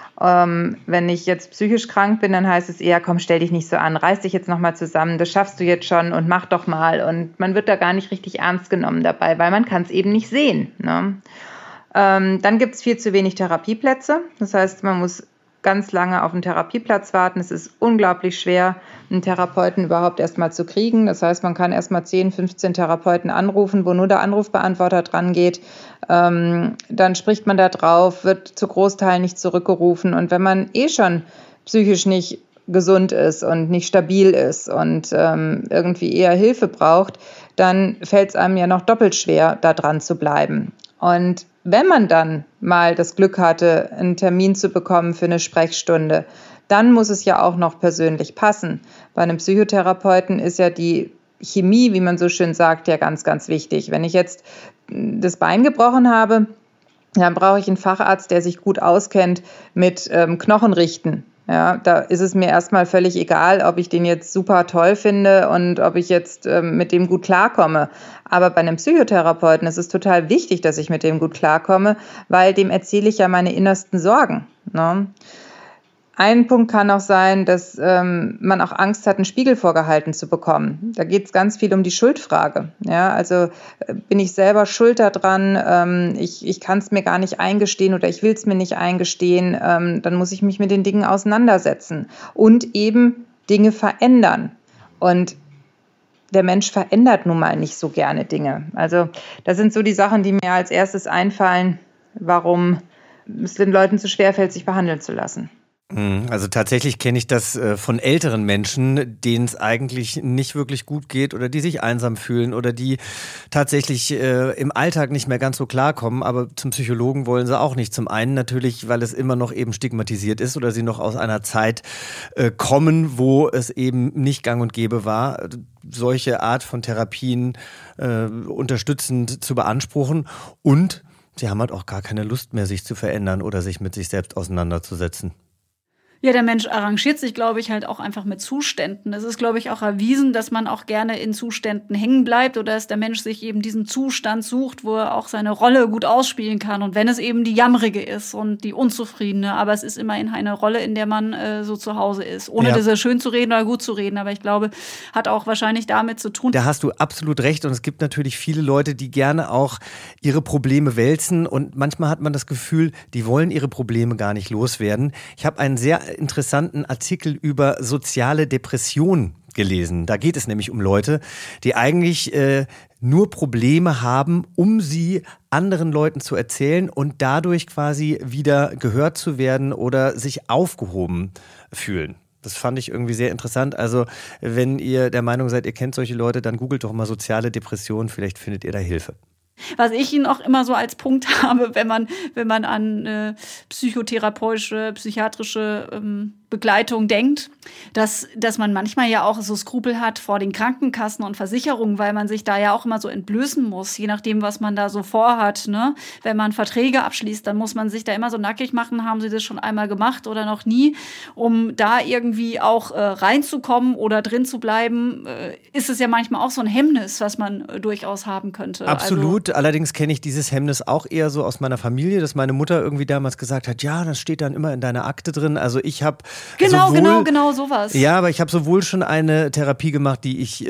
Wenn ich jetzt psychisch krank bin, dann heißt es eher, komm, stell dich nicht so an, reiß dich jetzt nochmal zusammen, das schaffst du jetzt schon und mach doch mal. Und man wird da gar nicht richtig ernst genommen dabei, weil man kann es eben nicht sehen. Ne? Dann gibt es viel zu wenig Therapieplätze. Das heißt, man muss ganz lange auf einen Therapieplatz warten. Es ist unglaublich schwer, einen Therapeuten überhaupt erstmal zu kriegen. Das heißt, man kann erstmal 10, 15 Therapeuten anrufen, wo nur der Anrufbeantworter dran geht. Dann spricht man da drauf, wird zu Großteilen nicht zurückgerufen. Und wenn man schon psychisch nicht gesund ist und nicht stabil ist und irgendwie eher Hilfe braucht, dann fällt es einem ja noch doppelt schwer, da dran zu bleiben. Und wenn man dann mal das Glück hatte, einen Termin zu bekommen für eine Sprechstunde, dann muss es ja auch noch persönlich passen. Bei einem Psychotherapeuten ist ja die Chemie, wie man so schön sagt, ja ganz, ganz wichtig. Wenn ich jetzt das Bein gebrochen habe, dann brauche ich einen Facharzt, der sich gut auskennt mit Knochenrichten. Ja, da ist es mir erstmal völlig egal, ob ich den jetzt super toll finde und ob ich jetzt mit dem gut klarkomme. Aber bei einem Psychotherapeuten ist es total wichtig, dass ich mit dem gut klarkomme, weil dem erzähle ich ja meine innersten Sorgen. Ne? Ein Punkt kann auch sein, dass man auch Angst hat, einen Spiegel vorgehalten zu bekommen. Da geht es ganz viel um die Schuldfrage. Ja, also bin ich selber schuld daran, ich kann es mir gar nicht eingestehen oder ich will es mir nicht eingestehen, dann muss ich mich mit den Dingen auseinandersetzen und eben Dinge verändern. Und der Mensch verändert nun mal nicht so gerne Dinge. Also das sind so die Sachen, die mir als erstes einfallen, warum es den Leuten zu schwer fällt, sich behandeln zu lassen. Also tatsächlich kenne ich das von älteren Menschen, denen es eigentlich nicht wirklich gut geht oder die sich einsam fühlen oder die tatsächlich im Alltag nicht mehr ganz so klarkommen, aber zum Psychologen wollen sie auch nicht. Zum einen natürlich, weil es immer noch eben stigmatisiert ist oder sie noch aus einer Zeit kommen, wo es eben nicht gang und gäbe war, solche Art von Therapien unterstützend zu beanspruchen, und sie haben halt auch gar keine Lust mehr, sich zu verändern oder sich mit sich selbst auseinanderzusetzen. Ja, der Mensch arrangiert sich, glaube ich, halt auch einfach mit Zuständen. Es ist, glaube ich, auch erwiesen, dass man auch gerne in Zuständen hängen bleibt oder dass der Mensch sich eben diesen Zustand sucht, wo er auch seine Rolle gut ausspielen kann. Und wenn es eben die jammerige ist und die unzufriedene, aber es ist immerhin eine Rolle, in der man so zu Hause ist. Ohne das ja schön zu reden oder gut zu reden. Aber ich glaube, hat auch wahrscheinlich damit zu tun. Da hast du absolut recht. Und es gibt natürlich viele Leute, die gerne auch ihre Probleme wälzen. Und manchmal hat man das Gefühl, die wollen ihre Probleme gar nicht loswerden. Ich habe einen sehr interessanten Artikel über soziale Depression gelesen. Da geht es nämlich um Leute, die eigentlich nur Probleme haben, um sie anderen Leuten zu erzählen und dadurch quasi wieder gehört zu werden oder sich aufgehoben fühlen. Das fand ich irgendwie sehr interessant. Also wenn ihr der Meinung seid, ihr kennt solche Leute, dann googelt doch mal soziale Depression, vielleicht findet ihr da Hilfe. Was ich Ihnen auch immer so als Punkt habe, wenn man an psychotherapeutische, psychiatrische Begleitung denkt, dass man manchmal ja auch so Skrupel hat vor den Krankenkassen und Versicherungen, weil man sich da ja auch immer so entblößen muss, je nachdem, was man da so vorhat, ne? Wenn man Verträge abschließt, dann muss man sich da immer so nackig machen, haben Sie das schon einmal gemacht oder noch nie, um da irgendwie auch reinzukommen oder drin zu bleiben, ist es ja manchmal auch so ein Hemmnis, was man durchaus haben könnte. Absolut, allerdings kenne ich dieses Hemmnis auch eher so aus meiner Familie, dass meine Mutter irgendwie damals gesagt hat, ja, das steht dann immer in deiner Akte drin, also ich habe Genau sowas. Ja, aber ich habe sowohl schon eine Therapie gemacht, die ich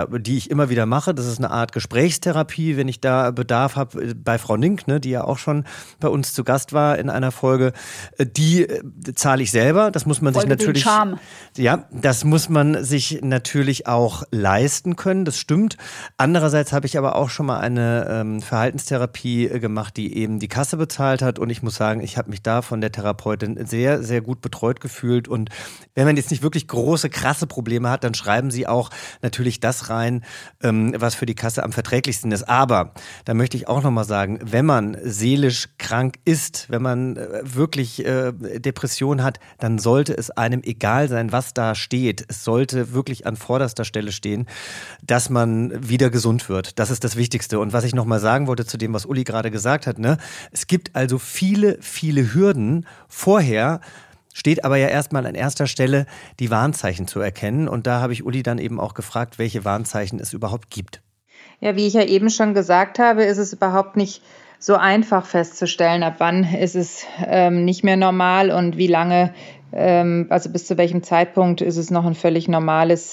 immer wieder mache. Das ist eine Art Gesprächstherapie, wenn ich da Bedarf habe, bei Frau Nink, ne, die ja auch schon bei uns zu Gast war in einer Folge. Die zahle ich selber. Das muss man sich natürlich. Ja, das muss man sich natürlich auch leisten können. Das stimmt. Andererseits habe ich aber auch schon mal eine Verhaltenstherapie gemacht, die eben die Kasse bezahlt hat. Und ich muss sagen, ich habe mich da von der Therapeutin sehr, sehr gut betreut gefühlt. Und wenn man jetzt nicht wirklich große, krasse Probleme hat, dann schreiben sie auch natürlich das rein, was für die Kasse am verträglichsten ist. Aber da möchte ich auch nochmal sagen, wenn man seelisch krank ist, wenn man wirklich Depression hat, dann sollte es einem egal sein, was da steht. Es sollte wirklich an vorderster Stelle stehen, dass man wieder gesund wird. Das ist das Wichtigste. Und was ich nochmal sagen wollte zu dem, was Uli gerade gesagt hat, ne? Es gibt also viele, viele Hürden vorher, steht aber ja erstmal an erster Stelle, die Warnzeichen zu erkennen. Und da habe ich Uli dann eben auch gefragt, welche Warnzeichen es überhaupt gibt. Ja, wie ich ja eben schon gesagt habe, ist es überhaupt nicht so einfach festzustellen, ab wann ist es nicht mehr normal und wie lange, also bis zu welchem Zeitpunkt ist es noch ein völlig normales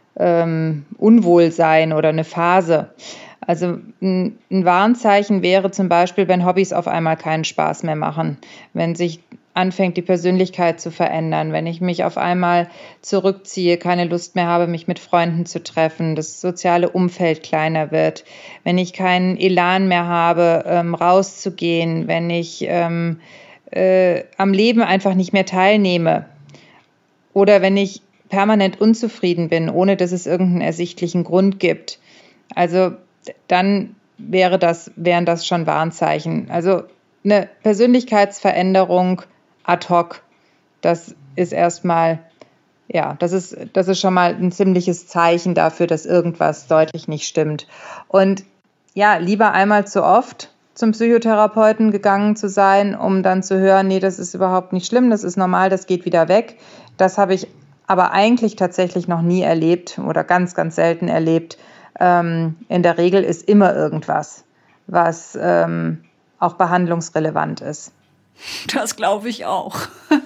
Unwohlsein oder eine Phase. Also ein Warnzeichen wäre zum Beispiel, wenn Hobbys auf einmal keinen Spaß mehr machen, wenn sich anfängt, die Persönlichkeit zu verändern, wenn ich mich auf einmal zurückziehe, keine Lust mehr habe, mich mit Freunden zu treffen, das soziale Umfeld kleiner wird, wenn ich keinen Elan mehr habe, rauszugehen, wenn ich am Leben einfach nicht mehr teilnehme oder wenn ich permanent unzufrieden bin, ohne dass es irgendeinen ersichtlichen Grund gibt. Also dann wären das schon Warnzeichen. Also eine Persönlichkeitsveränderung ad hoc, das ist erstmal, ja, das ist schon mal ein ziemliches Zeichen dafür, dass irgendwas deutlich nicht stimmt. Und ja, lieber einmal zu oft zum Psychotherapeuten gegangen zu sein, um dann zu hören, nee, das ist überhaupt nicht schlimm, das ist normal, das geht wieder weg. Das habe ich aber eigentlich tatsächlich noch nie erlebt oder ganz, ganz selten erlebt. In der Regel ist immer irgendwas, was auch behandlungsrelevant ist. Das glaube ich auch.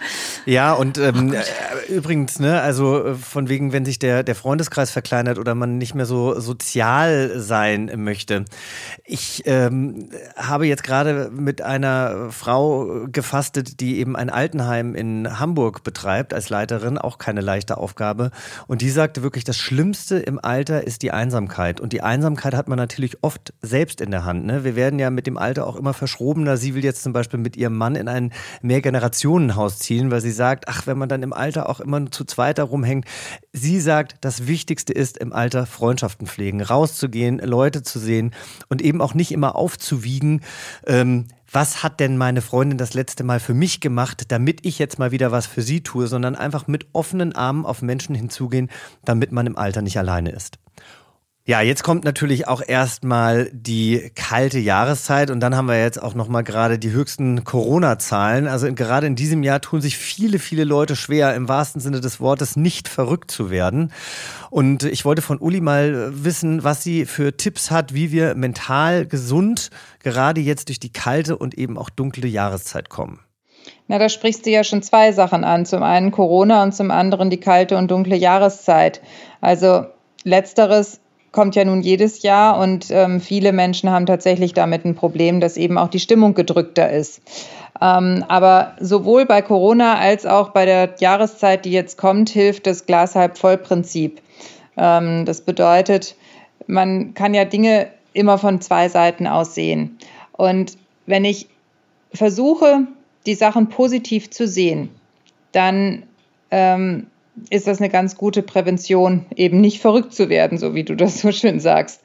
Ja, und übrigens, ne, also von wegen, wenn sich der Freundeskreis verkleinert oder man nicht mehr so sozial sein möchte. Ich habe jetzt gerade mit einer Frau gefastet, die eben ein Altenheim in Hamburg betreibt als Leiterin, auch keine leichte Aufgabe. Und die sagte wirklich, das Schlimmste im Alter ist die Einsamkeit. Und die Einsamkeit hat man natürlich oft selbst in der Hand. Ne? Wir werden ja mit dem Alter auch immer verschrobener. Sie will jetzt zum Beispiel mit ihrem Mann in ein Mehrgenerationenhaus ziehen, weil sie sagt, ach, wenn man dann im Alter auch immer zu zweit herumhängt. Sie sagt, das Wichtigste ist im Alter Freundschaften pflegen, rauszugehen, Leute zu sehen und eben auch nicht immer aufzuwiegen, was hat denn meine Freundin das letzte Mal für mich gemacht, damit ich jetzt mal wieder was für sie tue, sondern einfach mit offenen Armen auf Menschen hinzugehen, damit man im Alter nicht alleine ist. Ja, jetzt kommt natürlich auch erstmal die kalte Jahreszeit und dann haben wir jetzt auch nochmal gerade die höchsten Corona-Zahlen. Also gerade in diesem Jahr tun sich viele, viele Leute schwer, im wahrsten Sinne des Wortes nicht verrückt zu werden. Und ich wollte von Uli mal wissen, was sie für Tipps hat, wie wir mental gesund gerade jetzt durch die kalte und eben auch dunkle Jahreszeit kommen. Na, da sprichst du ja schon zwei Sachen an. Zum einen Corona und zum anderen die kalte und dunkle Jahreszeit. Also letzteres kommt ja nun jedes Jahr und viele Menschen haben tatsächlich damit ein Problem, dass eben auch die Stimmung gedrückter ist. Aber sowohl bei Corona als auch bei der Jahreszeit, die jetzt kommt, hilft das Glas halb voll Prinzip. Das bedeutet, man kann ja Dinge immer von zwei Seiten aus sehen. Und wenn ich versuche, die Sachen positiv zu sehen, dann ist das eine ganz gute Prävention, eben nicht verrückt zu werden, so wie du das so schön sagst.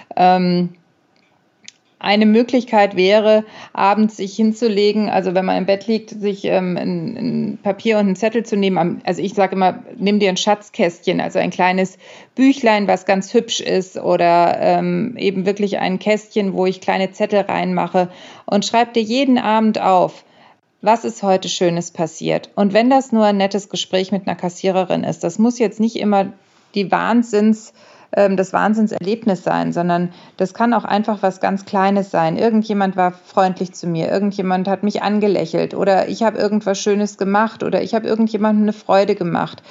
Eine Möglichkeit wäre, abends sich hinzulegen, also wenn man im Bett liegt, sich ein Papier und einen Zettel zu nehmen. Also ich sage immer, nimm dir ein Schatzkästchen, also ein kleines Büchlein, was ganz hübsch ist oder eben wirklich ein Kästchen, wo ich kleine Zettel reinmache und schreib dir jeden Abend auf, was ist heute Schönes passiert? Und wenn das nur ein nettes Gespräch mit einer Kassiererin ist, das muss jetzt nicht immer das Wahnsinnserlebnis sein, sondern das kann auch einfach was ganz Kleines sein. Irgendjemand war freundlich zu mir, irgendjemand hat mich angelächelt oder ich habe irgendwas Schönes gemacht oder ich habe irgendjemandem eine Freude gemacht.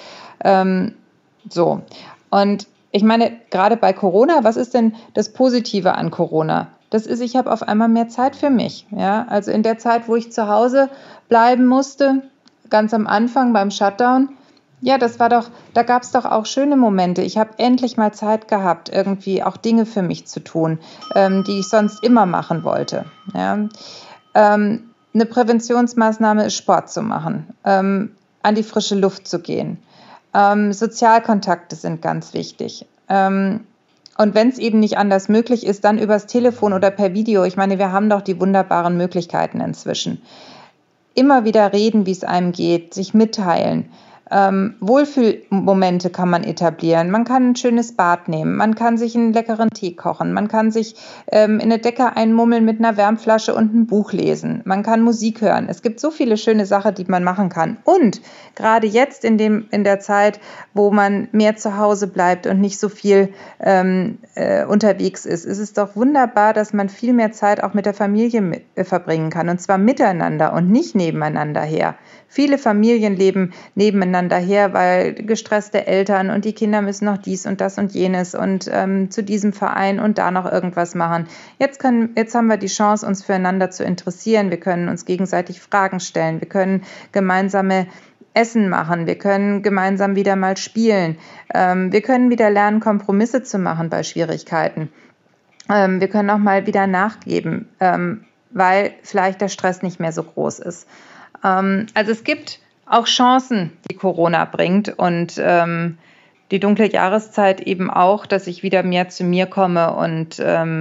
So. Und ich meine, gerade bei Corona, was ist denn das Positive an Corona? Das ist, ich habe auf einmal mehr Zeit für mich. Ja? Also in der Zeit, wo ich zu Hause bleiben musste, ganz am Anfang beim Shutdown, ja, da gab es doch auch schöne Momente. Ich habe endlich mal Zeit gehabt, irgendwie auch Dinge für mich zu tun, die ich sonst immer machen wollte. Ja? Eine Präventionsmaßnahme ist, Sport zu machen, an die frische Luft zu gehen. Sozialkontakte sind ganz wichtig. Und wenn es eben nicht anders möglich ist, dann übers Telefon oder per Video. Ich meine, wir haben doch die wunderbaren Möglichkeiten inzwischen. Immer wieder reden, wie es einem geht, sich mitteilen. Wohlfühlmomente kann man etablieren. Man kann ein schönes Bad nehmen. Man kann sich einen leckeren Tee kochen. Man kann sich in eine Decke einmummeln mit einer Wärmflasche und ein Buch lesen. Man kann Musik hören. Es gibt so viele schöne Sachen, die man machen kann. Und gerade jetzt in der Zeit, wo man mehr zu Hause bleibt und nicht so viel unterwegs ist es doch wunderbar, dass man viel mehr Zeit auch mit der Familie verbringen kann. Und zwar miteinander und nicht nebeneinander her. Viele Familien leben nebeneinander her, weil gestresste Eltern und die Kinder müssen noch dies und das und jenes und zu diesem Verein und da noch irgendwas machen. Jetzt haben wir die Chance, uns füreinander zu interessieren. Wir können uns gegenseitig Fragen stellen. Wir können gemeinsame Essen machen. Wir können gemeinsam wieder mal spielen. Wir können wieder lernen, Kompromisse zu machen bei Schwierigkeiten. Wir können auch mal wieder nachgeben, weil vielleicht der Stress nicht mehr so groß ist. Also es gibt auch Chancen, die Corona bringt und die dunkle Jahreszeit eben auch, dass ich wieder mehr zu mir komme und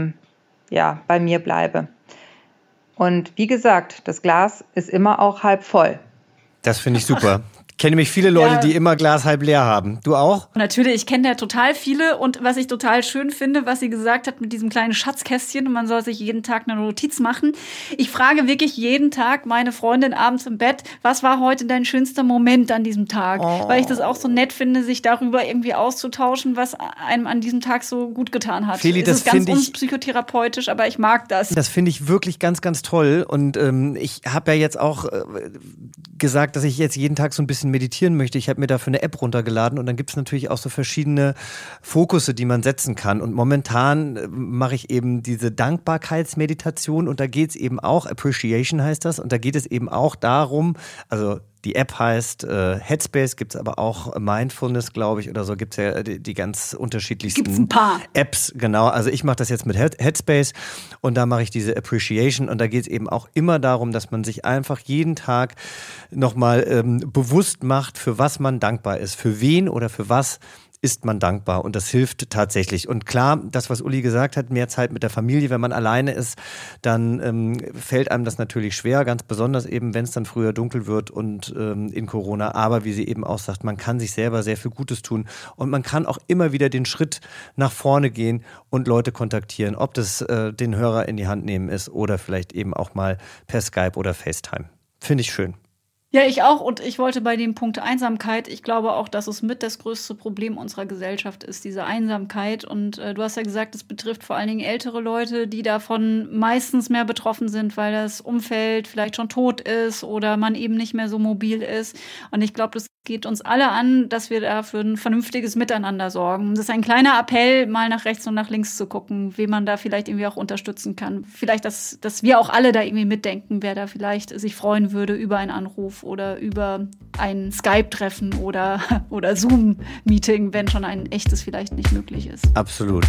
bei mir bleibe. Und wie gesagt, das Glas ist immer auch halb voll. Das finde ich super. kenne nämlich viele Leute, die immer Glas halb leer haben. Du auch? Natürlich, ich kenne da total viele. Und was ich total schön finde, was sie gesagt hat mit diesem kleinen Schatzkästchen, und man soll sich jeden Tag eine Notiz machen. Ich frage wirklich jeden Tag meine Freundin abends im Bett, was war heute dein schönster Moment an diesem Tag? Weil ich das auch so nett finde, sich darüber irgendwie auszutauschen, was einem an diesem Tag so gut getan hat. Feli, das ist ganz unpsychotherapeutisch, aber ich mag das. Das finde ich wirklich ganz, ganz toll. Und ich habe ja jetzt auch gesagt, dass ich jetzt jeden Tag so ein bisschen meditieren möchte. Ich habe mir dafür eine App runtergeladen und dann gibt es natürlich auch so verschiedene Fokusse, die man setzen kann. Und momentan mache ich eben diese Dankbarkeitsmeditation und da geht es eben auch, Appreciation heißt das, und da geht es eben auch darum, also die App heißt Headspace, gibt es aber auch Mindfulness, glaube ich, oder so, gibt es ja die ganz unterschiedlichsten Gibt's ein paar Apps, genau. Also ich mache das jetzt mit Headspace und da mache ich diese Appreciation und da geht es eben auch immer darum, dass man sich einfach jeden Tag nochmal bewusst macht, für was man dankbar ist, für wen oder für was ist man dankbar und das hilft tatsächlich. Und klar, das, was Uli gesagt hat, mehr Zeit mit der Familie, wenn man alleine ist, dann fällt einem das natürlich schwer, ganz besonders eben, wenn es dann früher dunkel wird und in Corona. Aber wie sie eben auch sagt, man kann sich selber sehr viel Gutes tun und man kann auch immer wieder den Schritt nach vorne gehen und Leute kontaktieren, ob das den Hörer in die Hand nehmen ist oder vielleicht eben auch mal per Skype oder FaceTime. Finde ich schön. Ja, ich auch. Und ich wollte bei dem Punkt Einsamkeit, ich glaube auch, dass es mit das größte Problem unserer Gesellschaft ist, diese Einsamkeit. Und du hast ja gesagt, es betrifft vor allen Dingen ältere Leute, die davon meistens mehr betroffen sind, weil das Umfeld vielleicht schon tot ist oder man eben nicht mehr so mobil ist. Und ich glaube, das geht uns alle an, dass wir da für ein vernünftiges Miteinander sorgen. Das ist ein kleiner Appell, mal nach rechts und nach links zu gucken, wen man da vielleicht irgendwie auch unterstützen kann. Vielleicht, dass wir auch alle da irgendwie mitdenken, wer da vielleicht sich freuen würde über einen Anruf oder über ein Skype-Treffen oder Zoom-Meeting, wenn schon ein echtes vielleicht nicht möglich ist. Absolut.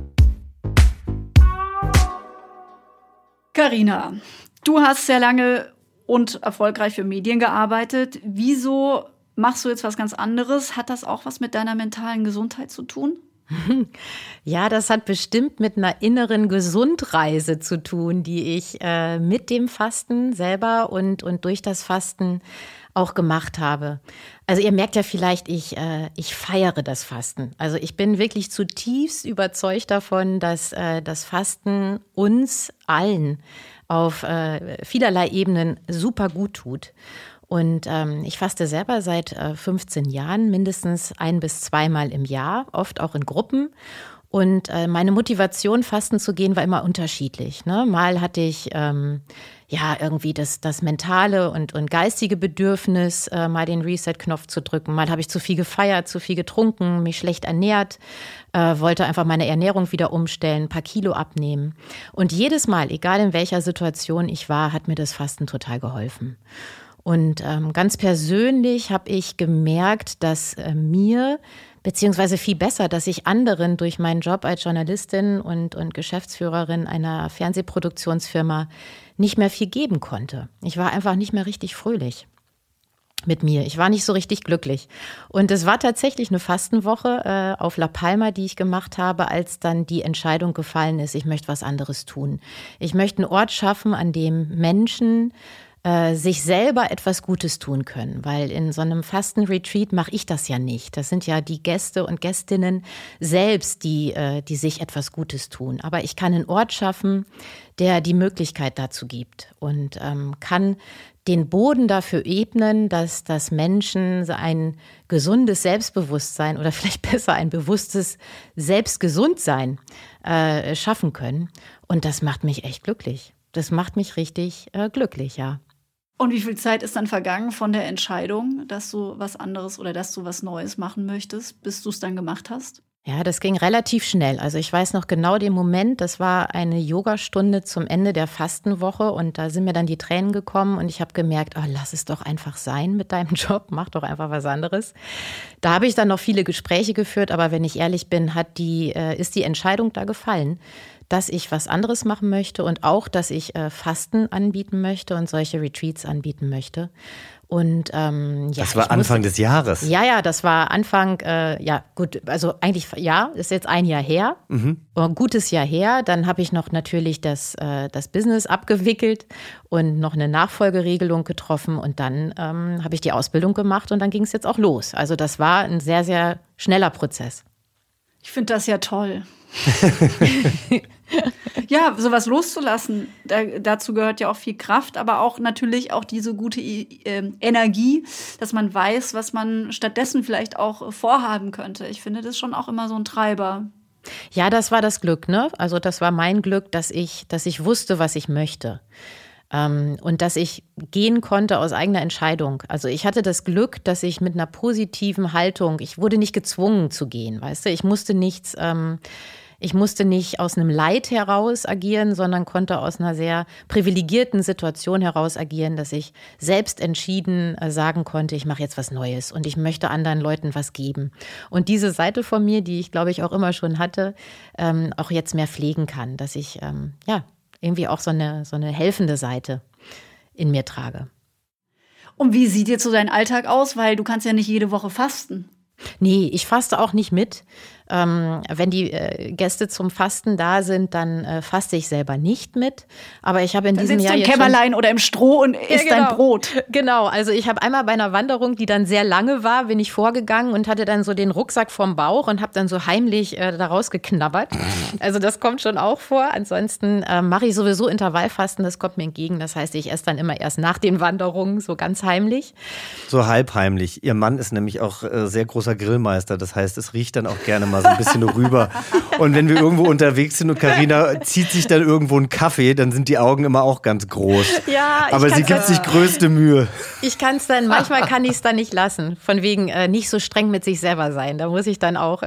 Carina, du hast sehr lange und erfolgreich für Medien gearbeitet. Wieso machst du jetzt was ganz anderes? Hat das auch was mit deiner mentalen Gesundheit zu tun? Ja, das hat bestimmt mit einer inneren Gesundreise zu tun, die ich mit dem Fasten selber und durch das Fasten auch gemacht habe. Also ihr merkt ja vielleicht, ich feiere das Fasten. Also ich bin wirklich zutiefst überzeugt davon, dass das Fasten uns allen auf vielerlei Ebenen super gut tut. Und ich faste selber seit 15 Jahren, mindestens 1 bis 2 Mal im Jahr, oft auch in Gruppen. Und meine Motivation, fasten zu gehen, war immer unterschiedlich. Ne? Mal hatte ich irgendwie das mentale und geistige Bedürfnis, mal den Reset-Knopf zu drücken. Mal habe ich zu viel gefeiert, zu viel getrunken, mich schlecht ernährt, wollte einfach meine Ernährung wieder umstellen, ein paar Kilo abnehmen. Und jedes Mal, egal in welcher Situation ich war, hat mir das Fasten total geholfen. Und ganz persönlich habe ich gemerkt, dass mir, beziehungsweise viel besser, dass ich anderen durch meinen Job als Journalistin und Geschäftsführerin einer Fernsehproduktionsfirma nicht mehr viel geben konnte. Ich war einfach nicht mehr richtig fröhlich mit mir. Ich war nicht so richtig glücklich. Und es war tatsächlich eine Fastenwoche auf La Palma, die ich gemacht habe, als dann die Entscheidung gefallen ist, ich möchte was anderes tun. Ich möchte einen Ort schaffen, an dem Menschen sich selber etwas Gutes tun können, weil in so einem Fastenretreat mache ich das ja nicht. Das sind ja die Gäste und Gästinnen selbst, die sich etwas Gutes tun. Aber ich kann einen Ort schaffen, der die Möglichkeit dazu gibt und kann den Boden dafür ebnen, dass Menschen ein gesundes Selbstbewusstsein oder vielleicht besser ein bewusstes Selbstgesundsein schaffen können. Und das macht mich echt glücklich. Das macht mich richtig glücklich, ja. Und wie viel Zeit ist dann vergangen von der Entscheidung, dass du was anderes oder dass du was Neues machen möchtest, bis du es dann gemacht hast? Ja, das ging relativ schnell. Also ich weiß noch genau den Moment, das war eine Yogastunde zum Ende der Fastenwoche und da sind mir dann die Tränen gekommen und ich habe gemerkt, lass es doch einfach sein mit deinem Job, mach doch einfach was anderes. Da habe ich dann noch viele Gespräche geführt, aber wenn ich ehrlich bin, ist die Entscheidung da gefallen, dass ich was anderes machen möchte und auch, dass ich Fasten anbieten möchte und solche Retreats anbieten möchte. Und das war Anfang des Jahres. Ja, das war Anfang, also eigentlich, ist jetzt ein Jahr her, ein gutes Jahr her. Dann habe ich noch natürlich das Business abgewickelt und noch eine Nachfolgeregelung getroffen und dann habe ich die Ausbildung gemacht und dann ging es jetzt auch los. Also das war ein sehr, sehr schneller Prozess. Ich finde das ja toll. Ja, sowas loszulassen, dazu gehört ja auch viel Kraft, aber auch natürlich auch diese gute Energie, dass man weiß, was man stattdessen vielleicht auch vorhaben könnte. Ich finde das schon auch immer so ein Treiber. Ja, das war das Glück, ne? Also das war mein Glück, dass ich wusste, was ich möchte. Und dass ich gehen konnte aus eigener Entscheidung. Also ich hatte das Glück, dass ich mit einer positiven Haltung, ich wurde nicht gezwungen zu gehen, weißt du? Ich musste nicht aus einem Leid heraus agieren, sondern konnte aus einer sehr privilegierten Situation heraus agieren, dass ich selbst entschieden sagen konnte, ich mache jetzt was Neues und ich möchte anderen Leuten was geben. Und diese Seite von mir, die ich glaube ich auch immer schon hatte, auch jetzt mehr pflegen kann, dass ich irgendwie auch so eine helfende Seite in mir trage. Und wie sieht jetzt so dein Alltag aus? Weil du kannst ja nicht jede Woche fasten. Nee, ich faste auch nicht mit. Wenn die Gäste zum Fasten da sind, dann faste ich selber nicht mit. Aber ich habe in diesem Jahr im Kämmerlein oder im Stroh und isst dein Brot. Genau, also ich habe einmal bei einer Wanderung, die dann sehr lange war, bin ich vorgegangen und hatte dann so den Rucksack vorm Bauch und habe dann so heimlich daraus geknabbert. Also das kommt schon auch vor. Ansonsten mache ich sowieso Intervallfasten, das kommt mir entgegen. Das heißt, ich esse dann immer erst nach den Wanderungen, so ganz heimlich. So halbheimlich. Ihr Mann ist nämlich auch sehr großer Grillmeister. Das heißt, es riecht dann auch gerne mal so ein bisschen rüber. Und wenn wir irgendwo unterwegs sind und Carina zieht sich dann irgendwo einen Kaffee, dann sind die Augen immer auch ganz groß. Ja, aber sie gibt sich größte Mühe. Ich kann es dann, manchmal kann ich es dann nicht lassen. Von wegen nicht so streng mit sich selber sein. Da muss ich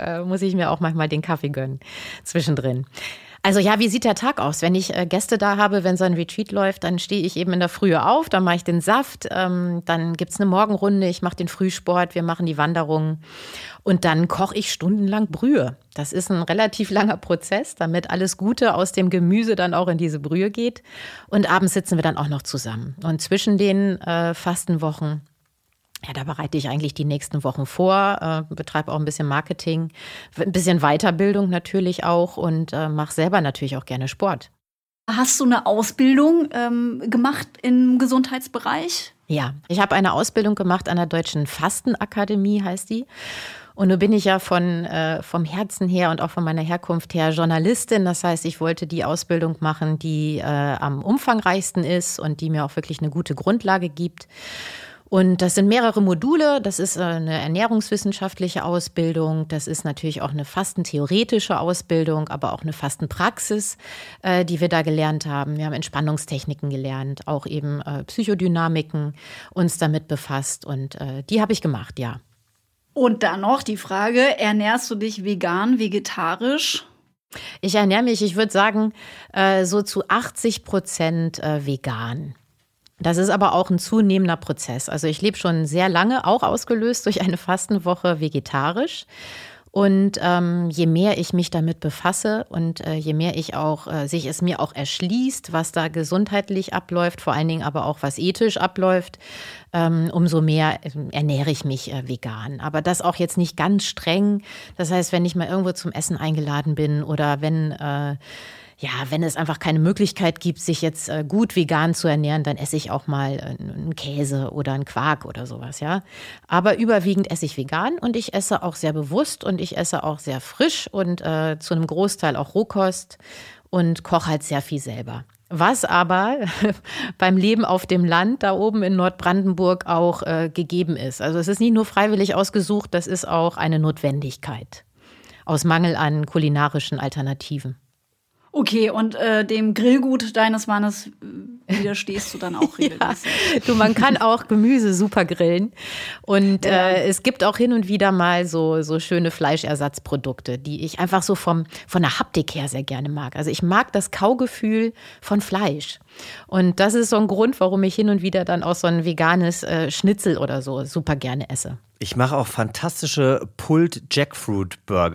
mir auch manchmal den Kaffee gönnen zwischendrin. Also ja, wie sieht der Tag aus? Wenn ich Gäste da habe, wenn so ein Retreat läuft, dann stehe ich eben in der Frühe auf, dann mache ich den Saft, dann gibt's eine Morgenrunde, ich mache den Frühsport, wir machen die Wanderung und dann koche ich stundenlang Brühe. Das ist ein relativ langer Prozess, damit alles Gute aus dem Gemüse dann auch in diese Brühe geht. Und abends sitzen wir dann auch noch zusammen. Und zwischen den Fastenwochen, ja, da bereite ich eigentlich die nächsten Wochen vor, betreibe auch ein bisschen Marketing, ein bisschen Weiterbildung natürlich auch und mache selber natürlich auch gerne Sport. Hast du eine Ausbildung gemacht im Gesundheitsbereich? Ja, ich habe eine Ausbildung gemacht an der Deutschen Fastenakademie, heißt die. Und nun bin ich ja vom Herzen her und auch von meiner Herkunft her Journalistin. Das heißt, ich wollte die Ausbildung machen, die am umfangreichsten ist und die mir auch wirklich eine gute Grundlage gibt. Und das sind mehrere Module. Das ist eine ernährungswissenschaftliche Ausbildung. Das ist natürlich auch eine fastentheoretische Ausbildung, aber auch eine Fastenpraxis, die wir da gelernt haben. Wir haben Entspannungstechniken gelernt, auch eben Psychodynamiken, uns damit befasst. Und die habe ich gemacht, ja. Und dann noch die Frage, ernährst du dich vegan, vegetarisch? Ich ernähre mich, ich würde sagen, so zu 80% vegan. Das ist aber auch ein zunehmender Prozess. Also ich lebe schon sehr lange, auch ausgelöst durch eine Fastenwoche vegetarisch. Und je mehr ich mich damit befasse und je mehr sich es mir auch erschließt, was da gesundheitlich abläuft, vor allen Dingen aber auch was ethisch abläuft, umso mehr ernähre ich mich vegan. Aber das auch jetzt nicht ganz streng. Das heißt, wenn ich mal irgendwo zum Essen eingeladen bin oder wenn es einfach keine Möglichkeit gibt, sich jetzt gut vegan zu ernähren, dann esse ich auch mal einen Käse oder einen Quark oder sowas, ja. Aber überwiegend esse ich vegan und ich esse auch sehr bewusst und ich esse auch sehr frisch und zu einem Großteil auch Rohkost und koche halt sehr viel selber. Was aber beim Leben auf dem Land da oben in Nordbrandenburg auch gegeben ist. Also es ist nicht nur freiwillig ausgesucht, das ist auch eine Notwendigkeit aus Mangel an kulinarischen Alternativen. Okay, und dem Grillgut deines Mannes widerstehst du dann auch regelmäßig? Ja, man kann auch Gemüse super grillen. Und es gibt auch hin und wieder mal so schöne Fleischersatzprodukte, die ich einfach so von der Haptik her sehr gerne mag. Also ich mag das Kaugefühl von Fleisch. Und das ist so ein Grund, warum ich hin und wieder dann auch so ein veganes Schnitzel oder so super gerne esse. Ich mache auch fantastische Pulled Jackfruit Burger.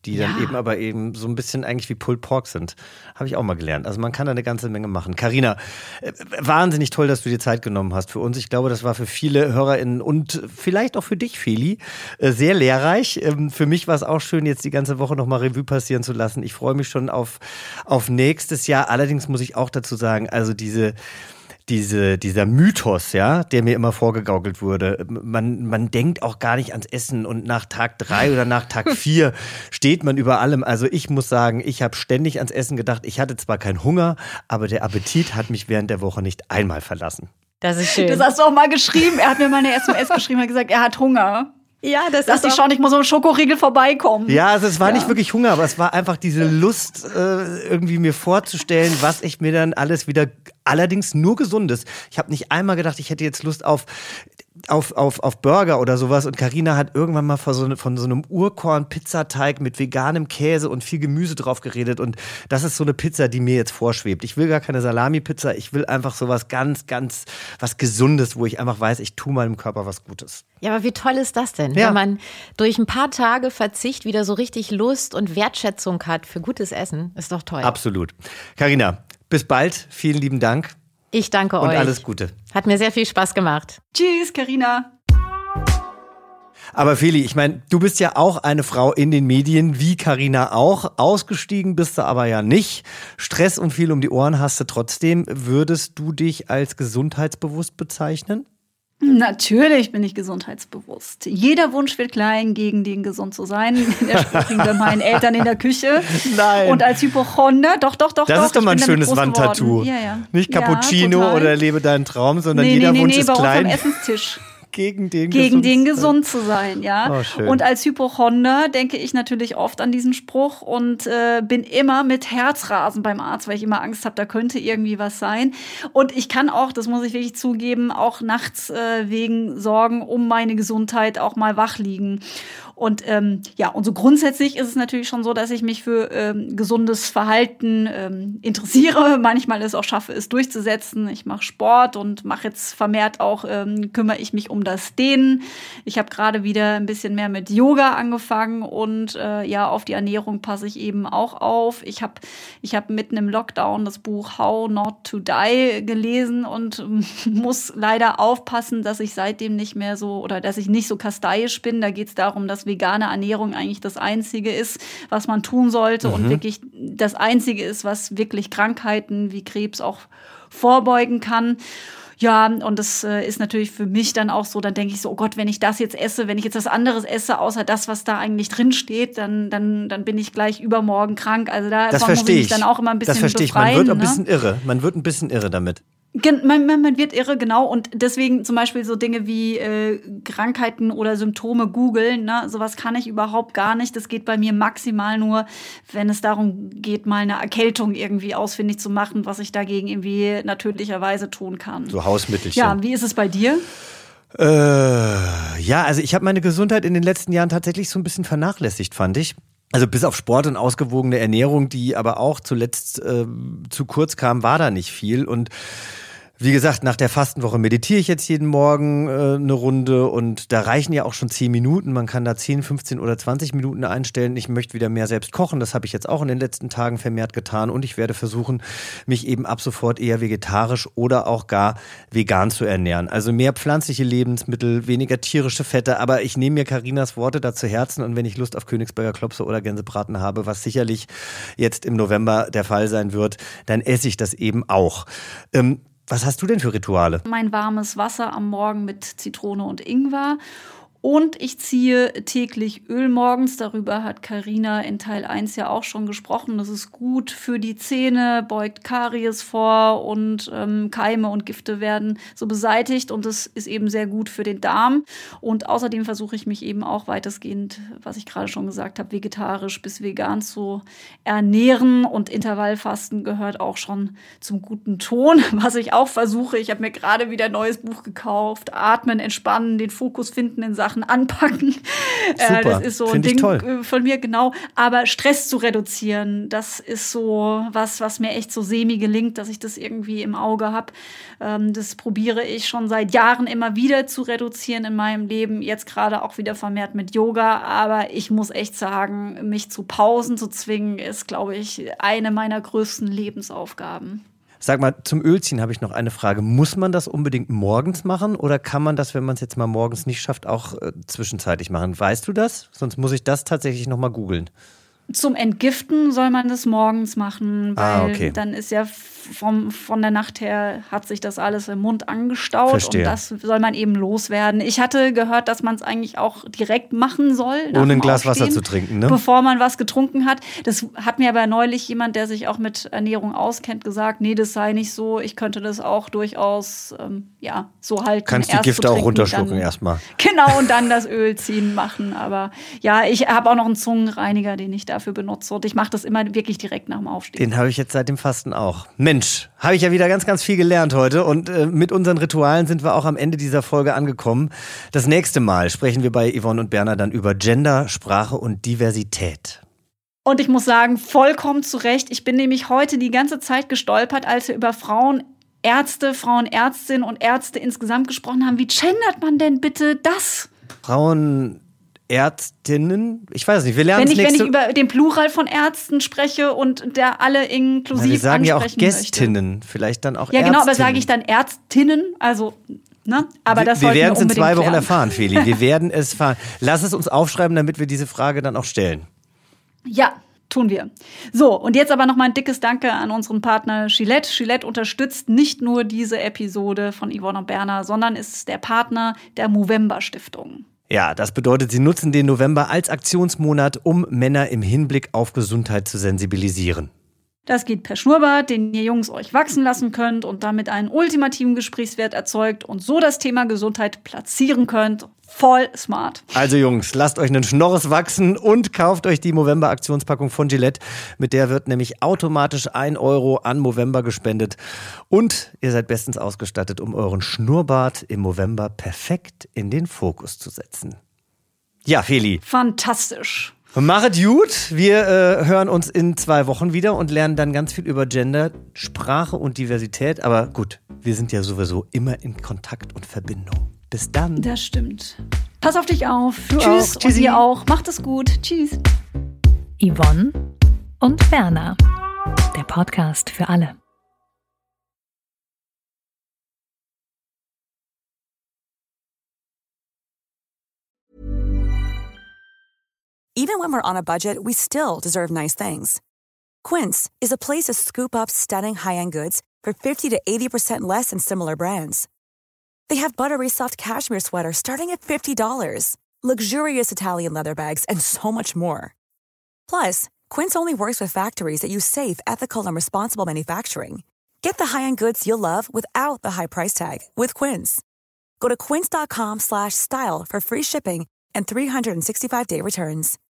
die dann eben so ein bisschen eigentlich wie Pulled Pork sind. Habe ich auch mal gelernt. Also man kann da eine ganze Menge machen. Carina, wahnsinnig toll, dass du dir Zeit genommen hast für uns. Ich glaube, das war für viele HörerInnen und vielleicht auch für dich, Feli, sehr lehrreich. Für mich war es auch schön, jetzt die ganze Woche nochmal Revue passieren zu lassen. Ich freue mich schon auf nächstes Jahr. Allerdings muss ich auch dazu sagen, also dieser Mythos, ja, der mir immer vorgegaukelt wurde, man denkt auch gar nicht ans Essen und nach Tag 3 oder nach Tag 4 steht man über allem. Also ich muss sagen, ich habe ständig ans Essen gedacht. Ich hatte zwar keinen Hunger, aber der Appetit hat mich während der Woche nicht einmal verlassen. Das ist schön. Das hast du auch mal geschrieben. Er hat mir mal eine SMS geschrieben, hat gesagt, er hat Hunger. Ja, das Lass dich schon, ich muss um Schokoriegel vorbeikommen. Ja, also es war nicht wirklich Hunger, aber es war einfach diese Lust, irgendwie mir vorzustellen, was ich mir dann alles wieder, allerdings nur Gesundes. Ich habe nicht einmal gedacht, ich hätte jetzt Lust auf Burger oder sowas. Und Carina hat irgendwann mal von so einem Urkorn-Pizzateig mit veganem Käse und viel Gemüse drauf geredet. Und das ist so eine Pizza, die mir jetzt vorschwebt. Ich will gar keine Salami-Pizza. Ich will einfach sowas ganz, ganz was Gesundes, wo ich einfach weiß, ich tue meinem Körper was Gutes. Ja, aber wie toll ist das denn, wenn man durch ein paar Tage Verzicht wieder so richtig Lust und Wertschätzung hat für gutes Essen? Ist doch toll. Absolut. Carina, bis bald. Vielen lieben Dank. Ich danke euch. Und alles Gute. Hat mir sehr viel Spaß gemacht. Tschüss, Carina. Aber Feli, ich meine, du bist ja auch eine Frau in den Medien, wie Carina auch. Ausgestiegen bist du aber ja nicht. Stress und viel um die Ohren hast du trotzdem. Würdest du dich als gesundheitsbewusst bezeichnen? Natürlich bin ich gesundheitsbewusst. Jeder Wunsch wird klein, gegen den gesund zu sein. Der Spruch ging bei meinen Eltern in der Küche. Nein. Und als Hypochonder, doch. Das ist doch mal ein schönes Wandtattoo. Ja. Nicht Cappuccino ja, oder lebe deinen Traum, sondern nee, jeder Wunsch ist bei klein. Uns am Essenstisch. Gegen den gesund zu sein, ja. Oh, schön. Und als Hypochonder denke ich natürlich oft an diesen Spruch und bin immer mit Herzrasen beim Arzt, weil ich immer Angst habe, da könnte irgendwie was sein. Und ich kann auch, das muss ich wirklich zugeben, auch nachts wegen Sorgen um meine Gesundheit auch mal wach liegen. Und und so grundsätzlich ist es natürlich schon so, dass ich mich für gesundes Verhalten interessiere. Manchmal es auch schaffe, es durchzusetzen. Ich mache Sport und mache jetzt vermehrt auch, kümmere ich mich um das Dehnen. Ich habe gerade wieder ein bisschen mehr mit Yoga angefangen und auf die Ernährung passe ich eben auch auf. Ich hab mitten im Lockdown das Buch How Not to Die gelesen und muss leider aufpassen, dass ich seitdem nicht mehr so oder dass ich nicht so kasteiisch bin. Da geht es darum, dass vegane Ernährung eigentlich das Einzige ist, was man tun sollte und wirklich das Einzige ist, was wirklich Krankheiten wie Krebs auch vorbeugen kann. Ja, und das ist natürlich für mich dann auch so, dann denke ich so, oh Gott, wenn ich das jetzt esse, wenn ich jetzt was anderes esse, außer das, was da eigentlich drin steht, dann bin ich gleich übermorgen krank. Also da muss ich mich dann auch immer ein bisschen befreien. Das verstehe ich, man wird ein bisschen irre. Man wird ein bisschen irre damit. Man wird irre, genau. Und deswegen zum Beispiel so Dinge wie Krankheiten oder Symptome googeln, ne? Sowas kann ich überhaupt gar nicht. Das geht bei mir maximal nur, wenn es darum geht, mal eine Erkältung irgendwie ausfindig zu machen, was ich dagegen irgendwie natürlicherweise tun kann. So Hausmittelchen. Ja, wie ist es bei dir? Also ich habe meine Gesundheit in den letzten Jahren tatsächlich so ein bisschen vernachlässigt, fand ich. Also bis auf Sport und ausgewogene Ernährung, die aber auch zuletzt zu kurz kam, war da nicht viel. Und wie gesagt, nach der Fastenwoche meditiere ich jetzt jeden Morgen eine Runde und da reichen ja auch schon 10 Minuten. Man kann da 10, 15 oder 20 Minuten einstellen. Ich möchte wieder mehr selbst kochen. Das habe ich jetzt auch in den letzten Tagen vermehrt getan und ich werde versuchen, mich eben ab sofort eher vegetarisch oder auch gar vegan zu ernähren. Also mehr pflanzliche Lebensmittel, weniger tierische Fette. Aber ich nehme mir Carinas Worte da zu Herzen und wenn ich Lust auf Königsberger Klopse oder Gänsebraten habe, was sicherlich jetzt im November der Fall sein wird, dann esse ich das eben auch. Was hast du denn für Rituale? Mein warmes Wasser am Morgen mit Zitrone und Ingwer. Und ich ziehe täglich Öl morgens. Darüber hat Carina in Teil 1 ja auch schon gesprochen. Das ist gut für die Zähne, beugt Karies vor und Keime und Gifte werden so beseitigt. Und das ist eben sehr gut für den Darm. Und außerdem versuche ich mich eben auch weitestgehend, was ich gerade schon gesagt habe, vegetarisch bis vegan zu ernähren. Und Intervallfasten gehört auch schon zum guten Ton, was ich auch versuche. Ich habe mir gerade wieder ein neues Buch gekauft. Atmen, entspannen, den Fokus finden in Sachen Sachen anpacken. Super. Das ist so ein Find ich Ding toll. von mir, genau. Aber Stress zu reduzieren, das ist so was mir echt so semi gelingt, dass ich das irgendwie im Auge habe. Das probiere ich schon seit Jahren immer wieder zu reduzieren in meinem Leben. Jetzt gerade auch wieder vermehrt mit Yoga. Aber ich muss echt sagen, mich zu Pausen zu zwingen, ist, glaube ich, eine meiner größten Lebensaufgaben. Sag mal, zum Ölziehen habe ich noch eine Frage. Muss man das unbedingt morgens machen oder kann man das, wenn man es jetzt mal morgens nicht schafft, auch zwischenzeitlich machen? Weißt du das? Sonst muss ich das tatsächlich noch mal googeln. Zum Entgiften soll man das morgens machen, weil okay. Dann ist ja von der Nacht her hat sich das alles im Mund angestaut. Verstehe. Und das soll man eben loswerden. Ich hatte gehört, dass man es eigentlich auch direkt machen soll. Ohne ein Glas Wasser zu trinken, ne? Bevor man was getrunken hat. Das hat mir aber neulich jemand, der sich auch mit Ernährung auskennt, gesagt, nee, das sei nicht so. Ich könnte das auch durchaus so halten. Kannst die Gifte auch runterschlucken erstmal. Genau, und dann das Öl ziehen machen. Aber ja, ich habe auch noch einen Zungenreiniger, den ich dafür benutze. Und ich mache das immer wirklich direkt nach dem Aufstehen. Den habe ich jetzt seit dem Fasten auch. Mensch, habe ich ja wieder ganz, ganz viel gelernt heute. Und mit unseren Ritualen sind wir auch am Ende dieser Folge angekommen. Das nächste Mal sprechen wir bei Yvonne und Berna dann über Gender, Sprache und Diversität. Und ich muss sagen, vollkommen zu Recht. Ich bin nämlich heute die ganze Zeit gestolpert, als wir über Frauenärzte, Frauenärztinnen und Ärzte insgesamt gesprochen haben. Wie gendert man denn bitte das? Frauenärztinnen? Ich weiß nicht, wir lernen es Wenn ich über den Plural von Ärzten spreche und der alle inklusiv wir sagen ja auch ansprechen Gästinnen, möchte. Vielleicht dann auch Ja, genau, aber Ärztinnen. sage ich dann Ärztinnen? Also, ne? Aber das wir sollten wir werden es in unbedingt 2 Wochen klären. erfahren, Feli. Wir werden es erfahren. Lass es uns aufschreiben, damit wir diese Frage dann auch stellen. Ja, tun wir. So, und jetzt aber noch mal ein dickes Danke an unseren Partner Gillette. Gillette unterstützt nicht nur diese Episode von Yvonne und Berna, sondern ist der Partner der Movember-Stiftung. Ja, das bedeutet, sie nutzen den November als Aktionsmonat, um Männer im Hinblick auf Gesundheit zu sensibilisieren. Das geht per Schnurrbart, den ihr Jungs euch wachsen lassen könnt und damit einen ultimativen Gesprächswert erzeugt und so das Thema Gesundheit platzieren könnt. Voll smart. Also Jungs, lasst euch einen Schnorres wachsen und kauft euch die Movember-Aktionspackung von Gillette. Mit der wird nämlich automatisch 1 Euro an Movember gespendet. Und ihr seid bestens ausgestattet, um euren Schnurrbart im Movember perfekt in den Fokus zu setzen. Ja, Feli. Fantastisch. Machet gut. Wir hören uns in 2 Wochen wieder und lernen dann ganz viel über Gender, Sprache und Diversität. Aber gut, wir sind ja sowieso immer in Kontakt und Verbindung. Bis dann. Das stimmt. Pass auf dich auf. Du Tschüss. auch. Tschüssi. Und ihr auch. Macht es gut. Tschüss. Yvonne und Berna. Der Podcast für alle. Even when we're on a budget, we still deserve nice things. Quince is a place to scoop up stunning high-end goods for 50 to 80% less than similar brands. They have buttery soft cashmere sweaters starting at $50, luxurious Italian leather bags, and so much more. Plus, Quince only works with factories that use safe, ethical, and responsible manufacturing. Get the high-end goods you'll love without the high price tag with Quince. Go to quince.com/style for free shipping and 365-day returns.